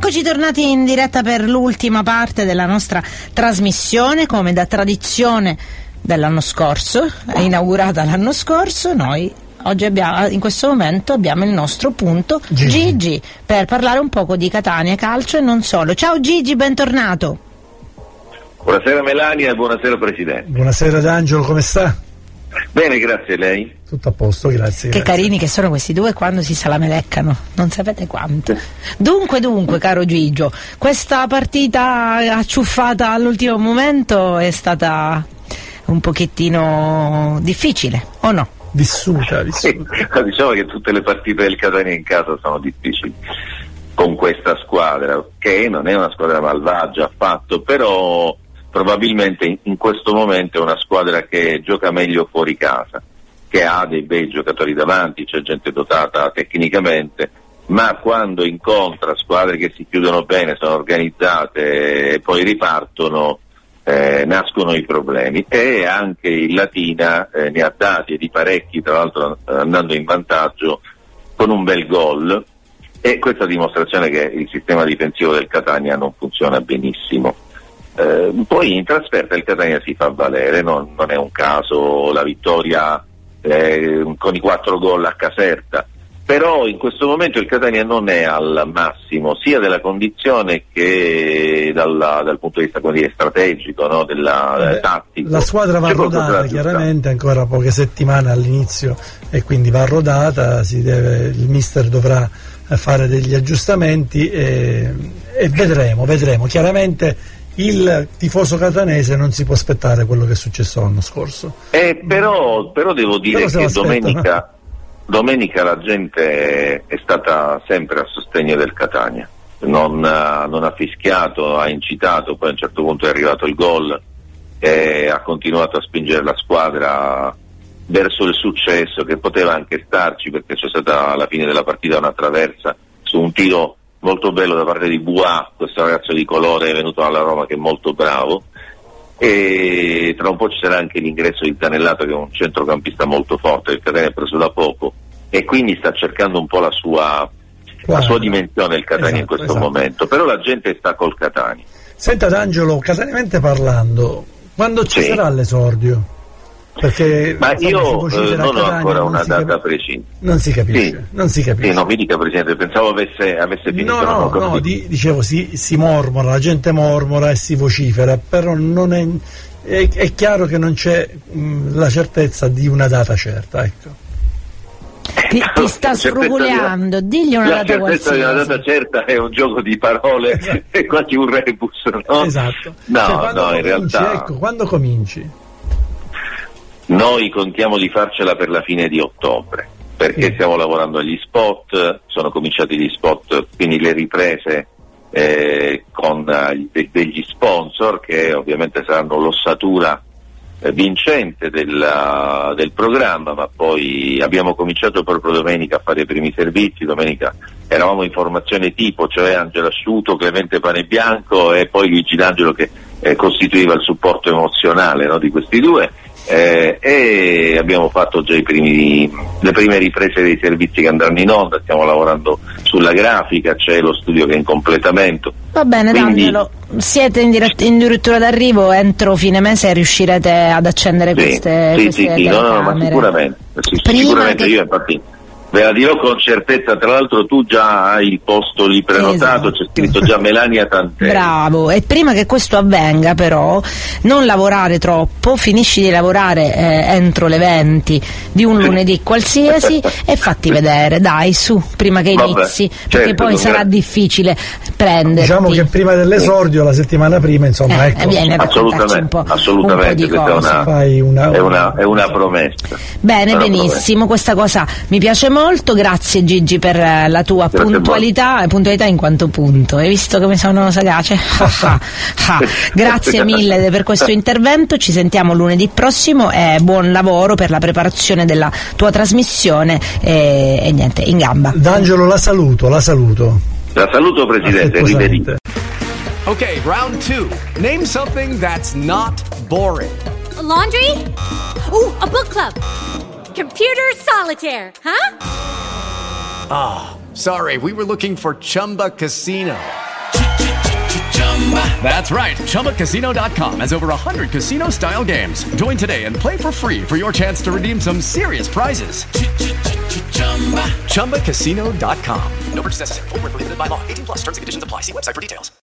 Eccoci tornati in diretta per l'ultima parte della nostra trasmissione, come da tradizione dell'anno scorso, inaugurata l'anno scorso. Noi oggi in questo momento abbiamo il nostro punto Gigi per parlare un poco di Catania calcio e non solo. Ciao Gigi, bentornato. Buonasera Melania e buonasera Presidente. Buonasera D'Angelo, come sta? Bene, grazie, lei? Tutto a posto, grazie. Che carini che sono questi due quando si salameleccano, non sapete quanto. Dunque, caro Gigio, questa partita acciuffata all'ultimo momento è stata un pochettino difficile, o no? Vissuta. Diciamo che tutte le partite del Catania in casa sono difficili con questa squadra, che non è una squadra malvagia affatto, però probabilmente in questo momento è una squadra che gioca meglio fuori casa, che ha dei bei giocatori davanti, c'è gente dotata tecnicamente, ma quando incontra squadre che si chiudono bene, sono organizzate e poi ripartono, nascono i problemi. E anche il Latina ne ha dati e di parecchi, tra l'altro andando in vantaggio con un bel gol, e questa dimostrazione che il sistema difensivo del Catania non funziona benissimo. Poi in trasferta il Catania si fa valere, non è un caso la vittoria con i 4 gol a Caserta, però in questo momento il Catania non è al massimo sia della condizione che dal punto di vista, come dire, strategico, no? Tattico. La squadra va rodata chiaramente, ancora poche settimane all'inizio, e quindi va rodata, il mister dovrà fare degli aggiustamenti e vedremo. Chiaramente il tifoso catanese non si può aspettare quello che è successo l'anno scorso. Però devo dire che domenica la gente è stata sempre a sostegno del Catania, non ha fischiato, ha incitato, poi a un certo punto è arrivato il gol e ha continuato a spingere la squadra verso il successo, che poteva anche starci, perché c'è stata alla fine della partita una traversa su un tiro molto bello da parte di Bois, questo ragazzo di colore venuto dalla Roma che è molto bravo, e tra un po' ci sarà anche l'ingresso di Zanellato, che è un centrocampista molto forte, il Catania ha preso da poco e quindi sta cercando un po' la sua dimensione il Catania in questo momento, però la gente sta col Catania. Senta D'Angelo, cataniamente parlando, quando ci sarà l'esordio? Perché io non ho ancora una data precisa. Non si capisce. Sì, non mi dica Presidente, pensavo avesse finito. No, dicevo si mormora, la gente mormora e si vocifera, però non è chiaro che non c'è la certezza di una data certa, ecco. Ti sta sfruguleando, digli una data qualsiasi. La certezza di una data certa è un gioco di parole, è quasi un rebus, no? Esatto. No, in realtà. Ecco, quando cominci? Noi contiamo di farcela per la fine di ottobre, perché stiamo lavorando agli spot, sono cominciati gli spot, quindi le riprese con degli sponsor che ovviamente saranno l'ossatura vincente del programma, ma poi abbiamo cominciato proprio domenica a fare i primi servizi. Domenica eravamo in formazione tipo, cioè Angelo Asciuto, Clemente Panebianco e poi Luigi D'Angelo che costituiva il supporto emozionale, no, di questi due. E abbiamo fatto già le prime riprese dei servizi che andranno in onda, stiamo lavorando sulla grafica, c'è lo studio che è in completamento. Va bene, D'Angelo, siete in dirittura d'arrivo, entro fine mese riuscirete ad accendere queste no, ma sicuramente io infatti ve la dirò con certezza. Tra l'altro tu già hai il posto lì prenotato, esatto. C'è scritto già Melania Tanteri. Bravo, e prima che questo avvenga però non lavorare troppo, finisci di lavorare entro le 20 di un lunedì qualsiasi e fatti vedere, dai, su, prima che inizi, perché poi sarà difficile prenderti. Diciamo che prima dell'esordio, la settimana prima, insomma, ecco. Vieni ad un po' di questa è una promessa. Bene, benissimo, questa cosa mi piace molto. Grazie Gigi per la tua puntualità in quanto punto, hai visto come sono sagace? Grazie mille per questo intervento, ci sentiamo lunedì prossimo e buon lavoro per la preparazione della tua trasmissione e niente, in gamba. D'Angelo, la saluto Presidente, rivedi. Okay, round 2. Name something that's not boring. A laundry? Ooh, a book club. Computer solitaire, huh? Ah, sorry, we were looking for Chumba Casino. That's right. ChumbaCasino.com has over 100 casino-style games. Join today and play for free for your chance to redeem some serious prizes. ChumbaCasino.com. No purchase necessary. Void where prohibited by law. 18+ terms and conditions apply. See website for details.